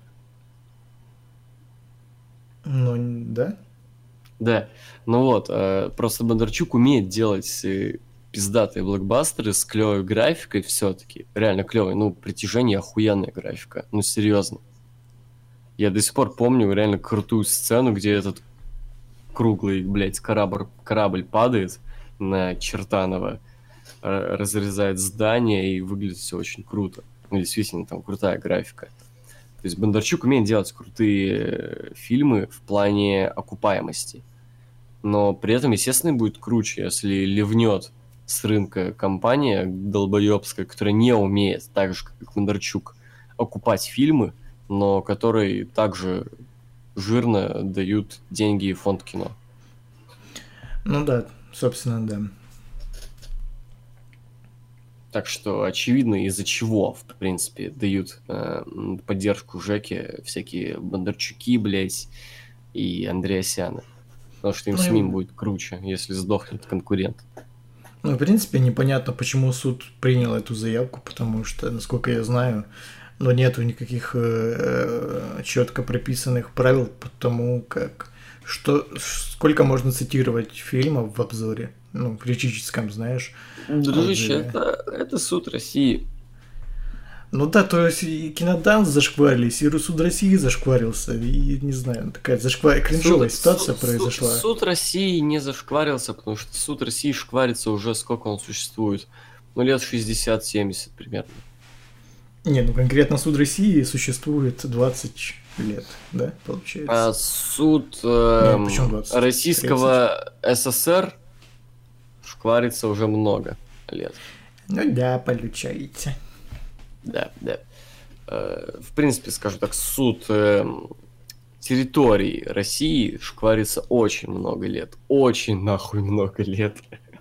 S4: Ну, да.
S3: Да, ну вот, э, просто Бондарчук умеет делать э, пиздатые блокбастеры с клевой графикой все-таки. Реально клевой. Ну, «Притяжение» охуенная графика. Ну, серьезно. Я до сих пор помню реально крутую сцену, где этот круглый, блядь, корабль, корабль падает на Чертаново, р- разрезает здание и выглядит все очень круто. Ну, действительно, там крутая графика. То есть Бондарчук умеет делать крутые э, фильмы в плане окупаемости. Но при этом, естественно, будет круче, если ливнет с рынка компания долбоебская, которая не умеет, так же, как и Бондарчук, окупать фильмы, но которые также жирно дают деньги в фонд кино.
S4: Ну да, собственно, да.
S3: Так что очевидно, из-за чего, в принципе, дают э, м, поддержку Жеке всякие Бондарчуки, блядь, и Андреасяны. Потому что им
S4: Ну, и-
S3: самим будет круче, если сдохнет конкурент.
S4: Ну, в принципе, непонятно, почему суд принял эту заявку, потому что, насколько я знаю, ну, нету никаких четко прописанных правил по тому, как что сколько можно цитировать фильмов в обзоре, ну, критическом, знаешь.
S3: Дружище,
S4: отзыве.
S3: это, это суд России.
S4: Ну да, то есть и Киноданс зашкварились, и суд России зашкварился, и, не знаю, такая зашквар... кринжовая
S3: Суд-
S4: ситуация
S3: суд-
S4: произошла.
S3: Суд, суд России не зашкварился, потому что суд России шкварится уже сколько он существует. Ну, лет шестьдесят-семьдесят примерно.
S4: Не, ну конкретно суд России существует двадцать лет, да, получается?
S3: А суд эм,
S4: Не, почему двадцать?
S3: Российского СССР шкварится уже много лет.
S4: Ну да, получается.
S3: Да, да. Э, В принципе, скажу так, суд эм, территории России шкварится очень много лет. Очень нахуй много лет.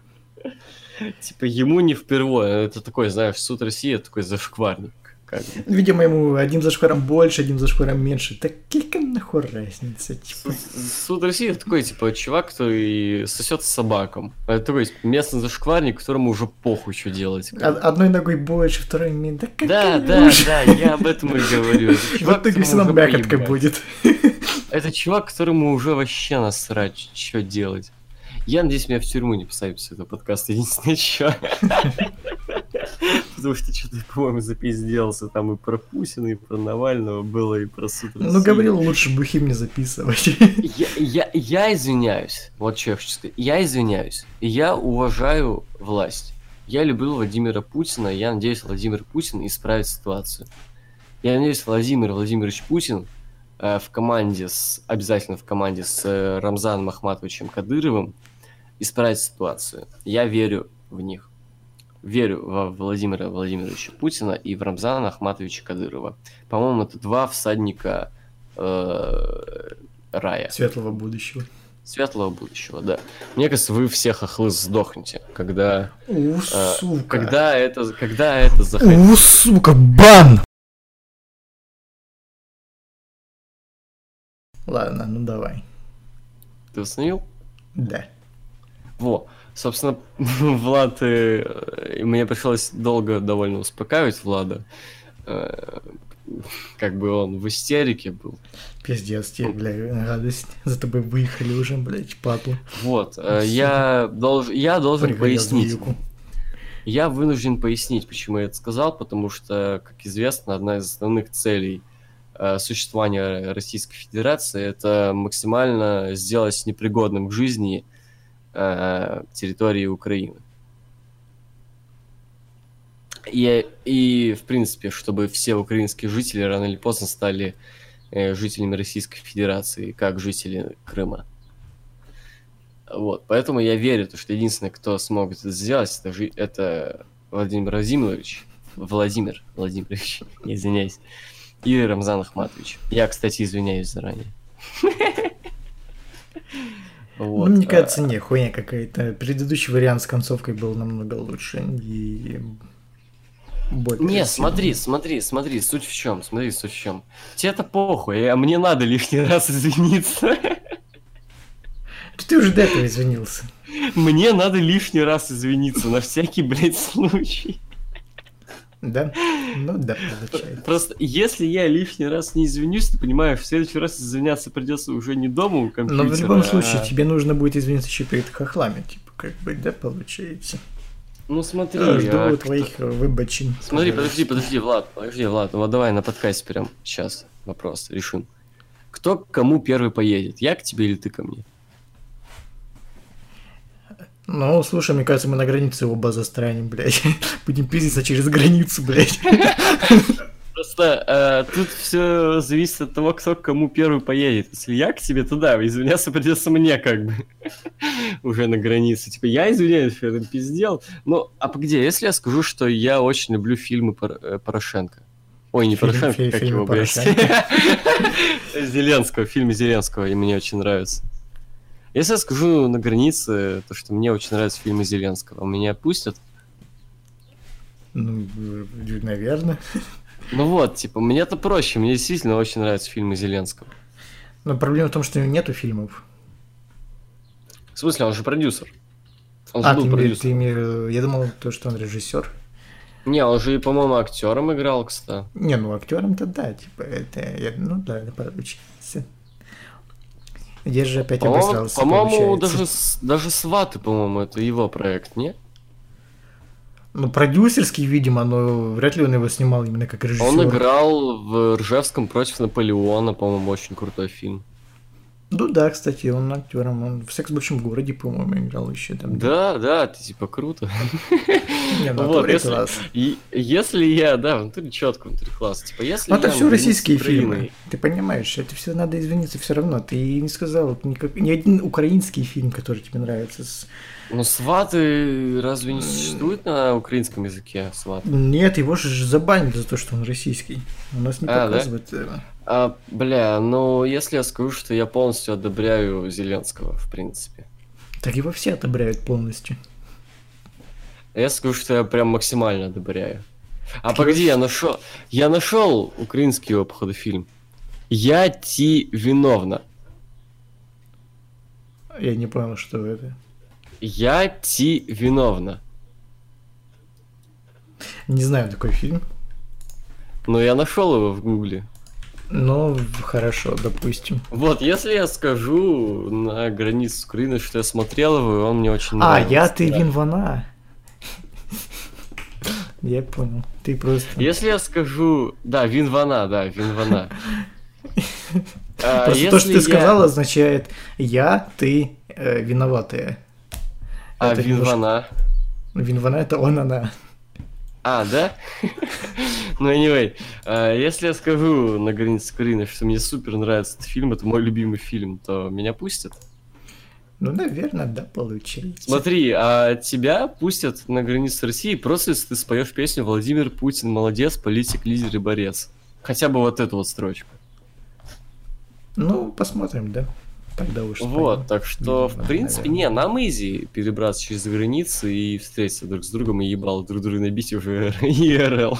S3: Типа ему не впервые. Это такой, знаешь, суд России это такой зашкварник. Как бы.
S4: Видимо, ему одним зашкваром больше, одним зашкваром меньше. Так какая нахуй разница, типа.
S3: С- Суд России это такой, типа, чувак, который сосет с собаком. Это такой местный зашкварник, которому уже похуй, что делать. как бы.
S4: Од- Одной ногой больше, второй меньше. Да
S3: Да,
S4: какая
S3: да,
S4: уже?
S3: да, я об этом и говорю. Это
S4: В
S3: чувак,
S4: итоге все
S3: которому
S4: равно
S3: уже
S4: мякотка
S3: поебать.
S4: будет.
S3: Это чувак, которому уже вообще насрать, что делать. Я надеюсь, меня в тюрьму не посадят с этого подкаста. Единственное, что. Потому что что-то, по-моему, запизделся. Там и про Путина, и про Навального было, и про суд
S4: Ну,
S3: России.
S4: говорил, лучше бухим не записывать.
S3: Я, я, я извиняюсь. Вот что я хочу сказать. Я извиняюсь. И я уважаю власть. Я люблю Владимира Путина. И я надеюсь, Владимир Путин исправит ситуацию. Я надеюсь, Владимир Владимирович Путин э, в команде с, обязательно в команде с э, Рамзаном Ахматовичем Кадыровым исправить ситуацию. Я верю в них. Верю во Владимира Владимировича Путина и в Рамзана Ахматовича Кадырова. По-моему, это два всадника э, рая.
S4: Светлого будущего.
S3: Светлого будущего, да. Мне кажется, вы все хохлы сдохнете, когда...
S4: У,
S3: э,
S4: сука.
S3: когда это, когда это захотите.
S4: У, сука, бан! Ладно, ну давай.
S3: Ты установил?
S4: Да.
S3: Во. Собственно, Влад... э, мне пришлось долго довольно успокаивать Влада. Э, как бы он в истерике был.
S4: Пиздец, тебе, бля, радость. За тобой выехали уже, блядь, папу.
S3: Вот. Э, я, долж, я должен
S4: Пригонял
S3: пояснить.
S4: змеюку.
S3: Я вынужден пояснить, почему я это сказал, потому что, как известно, одна из основных целей э, существования Российской Федерации — это максимально сделать непригодным к жизни э, территории Украины. И, и, в принципе, чтобы все украинские жители рано или поздно стали э, жителями Российской Федерации, как жители Крыма. Вот, поэтому я верю, что единственный, кто смог это сделать, это, жи- это Владимир Владимирович, Владимир Владимирович, я извиняюсь, и Рамзан Ахматович. Я, кстати, извиняюсь заранее.
S4: Ну, мне кажется, не, хуйня какая-то. Предыдущий вариант с концовкой был намного лучше и более...
S3: Не, смотри, смотри, смотри, суть в чем, смотри, суть в чем. Тебе-то похуй, а мне надо лишний раз извиниться.
S4: Ты уже до этого извинился.
S3: Мне надо лишний раз извиниться на всякий, блядь, случай.
S4: Да? Ну да, получается.
S3: Просто если я лишний раз не извинюсь, ты понимаешь, в следующий раз извиняться придется уже не дома у компьютера.
S4: Но в любом
S3: а...
S4: случае тебе нужно будет извиниться еще перед хохлами, типа, как бы, да, получается.
S3: Ну смотри,
S4: Я жду
S3: а
S4: твоих
S3: кто...
S4: выбочин.
S3: Смотри, подожди, подожди, Влад, подожди, Влад, ну вот давай на подкасте прям сейчас вопрос решим. Кто к кому первый поедет? Я к тебе или ты ко мне?
S4: Ну, слушай, мне кажется, мы на границе оба застрянем, блядь. Будем пиздиться через границу, блядь.
S3: Просто э, тут все зависит от того, кто к кому первый поедет. Если я к тебе, то да, извиняться придется мне как бы уже на границе. Типа я извиняюсь, что я это пиздел. Ну, а где? Если я скажу, что я очень люблю фильмы Пор- Порошенко. Ой, не
S4: Фильм,
S3: Порошенко,
S4: фи-
S3: как
S4: фильмы
S3: его, блядь.
S4: Порошенко.
S3: Зеленского, фильмы Зеленского, и мне очень нравится. Если я скажу на границе, то что мне очень нравятся фильмы Зеленского, меня пустят?
S4: Ну, наверное.
S3: Ну вот, типа, мне-то проще, мне действительно очень нравятся фильмы Зеленского.
S4: Но проблема в том, что нету фильмов.
S3: В смысле, он же продюсер. Он же
S4: А,
S3: был
S4: ты, име-
S3: продюсером.
S4: ты име- я думал, то, что он режиссер.
S3: Не, он же, по-моему, актером играл, кстати.
S4: Не, ну актером-то да, типа, это, я- ну да, это получается. Я же опять
S3: По-моему,
S4: обосрался,
S3: по-моему
S4: получается.
S3: даже, с- даже «Сваты», по-моему, это его проект, не?
S4: Ну, продюсерский, видимо, но вряд ли он его снимал именно как режиссер.
S3: Он играл в «Ржевском против Наполеона», по-моему, очень крутой фильм.
S4: Ну да, кстати, он актером, он в «Секс в большом городе», по-моему, играл еще там.
S3: Да, да, это типа круто.
S4: Не, ну,
S3: Вот,
S4: это
S3: если,
S4: класс.
S3: и, если я, да, в натуре четко, внутри класс. Типа, если
S4: Ну, это
S3: я
S4: все
S3: на границе
S4: российские
S3: с Украиной-
S4: фильмы. Ты понимаешь, это все надо извиниться все равно. Ты не сказал никак, ни один украинский фильм, который тебе нравится. С...
S3: Ну, «Сваты» разве не существует на украинском языке? «Сваты»?
S4: Нет, его же забанили за то, что он российский. У нас не
S3: А, да?
S4: показывают. э,
S3: А, бля, ну, если я скажу, что я полностью одобряю Зеленского, в принципе.
S4: Так его все одобряют полностью.
S3: Я скажу, что я прям максимально одобряю. А погоди, я нашел. Я нашел украинский его, походу, фильм. Я ти виновна.
S4: Я не понял, что это.
S3: Я ти виновна.
S4: Не знаю такой фильм.
S3: Но я нашел его в гугле.
S4: Ну, хорошо, допустим.
S3: Вот, если я скажу на границе с Украиной, что я смотрел его, и он мне очень
S4: А,
S3: нравился.
S4: я ты
S3: Да.
S4: Винвана. Я понял. Ты просто...
S3: Если я скажу... Да, Винвана, да, Винвана. А,
S4: Просто то, что
S3: если
S4: ты
S3: я-
S4: сказал, означает я, ты, э, виноватая.
S3: А,
S4: это
S3: Винвана.
S4: Винвана это он, она.
S3: А, да? Ну, anyway, э, если я скажу на границе Украины, что мне супер нравится этот фильм, это мой любимый фильм, то меня пустят?
S4: Ну, наверное, да, получается.
S3: Смотри, а тебя пустят на границе России просто если ты споешь песню «Владимир Путин молодец, политик, лидер и борец». Хотя бы вот эту вот строчку.
S4: Ну, посмотрим, да. Тогда уж
S3: Вот,
S4: споем.
S3: так что,
S4: Видимо,
S3: в принципе,
S4: наверное.
S3: не, нам изи перебраться через границы и встретиться друг с другом и ебало друг друга набить уже и эр эл.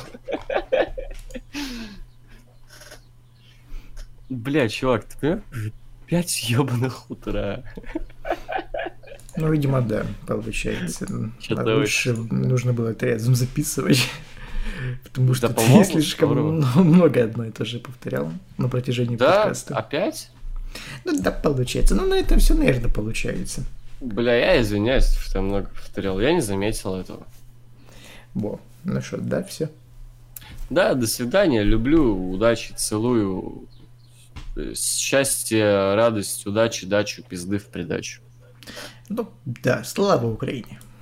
S3: Бля, чувак, ты понимаешь? Уже пять ебаных утра.
S4: Ну, видимо, да, получается.
S3: Чё-то
S4: А лучше нужно было трезвым записывать. Потому что
S3: Да,
S4: ты
S3: по-моему,
S4: слишком
S3: здорово.
S4: мно- много одно и то же повторял на протяжении
S3: Да,
S4: подкаста.
S3: опять?
S4: Ну да, получается. Ну, на этом все, наверное, получается.
S3: Бля, я извиняюсь, что я много повторял. Я не заметил этого.
S4: Во. Ну что, да, все.
S3: Да, до свидания. Люблю, удачи, целую. Э, Счастья, радость, удачи, дачу, пизды в придачу.
S4: Ну, да, слава Украине.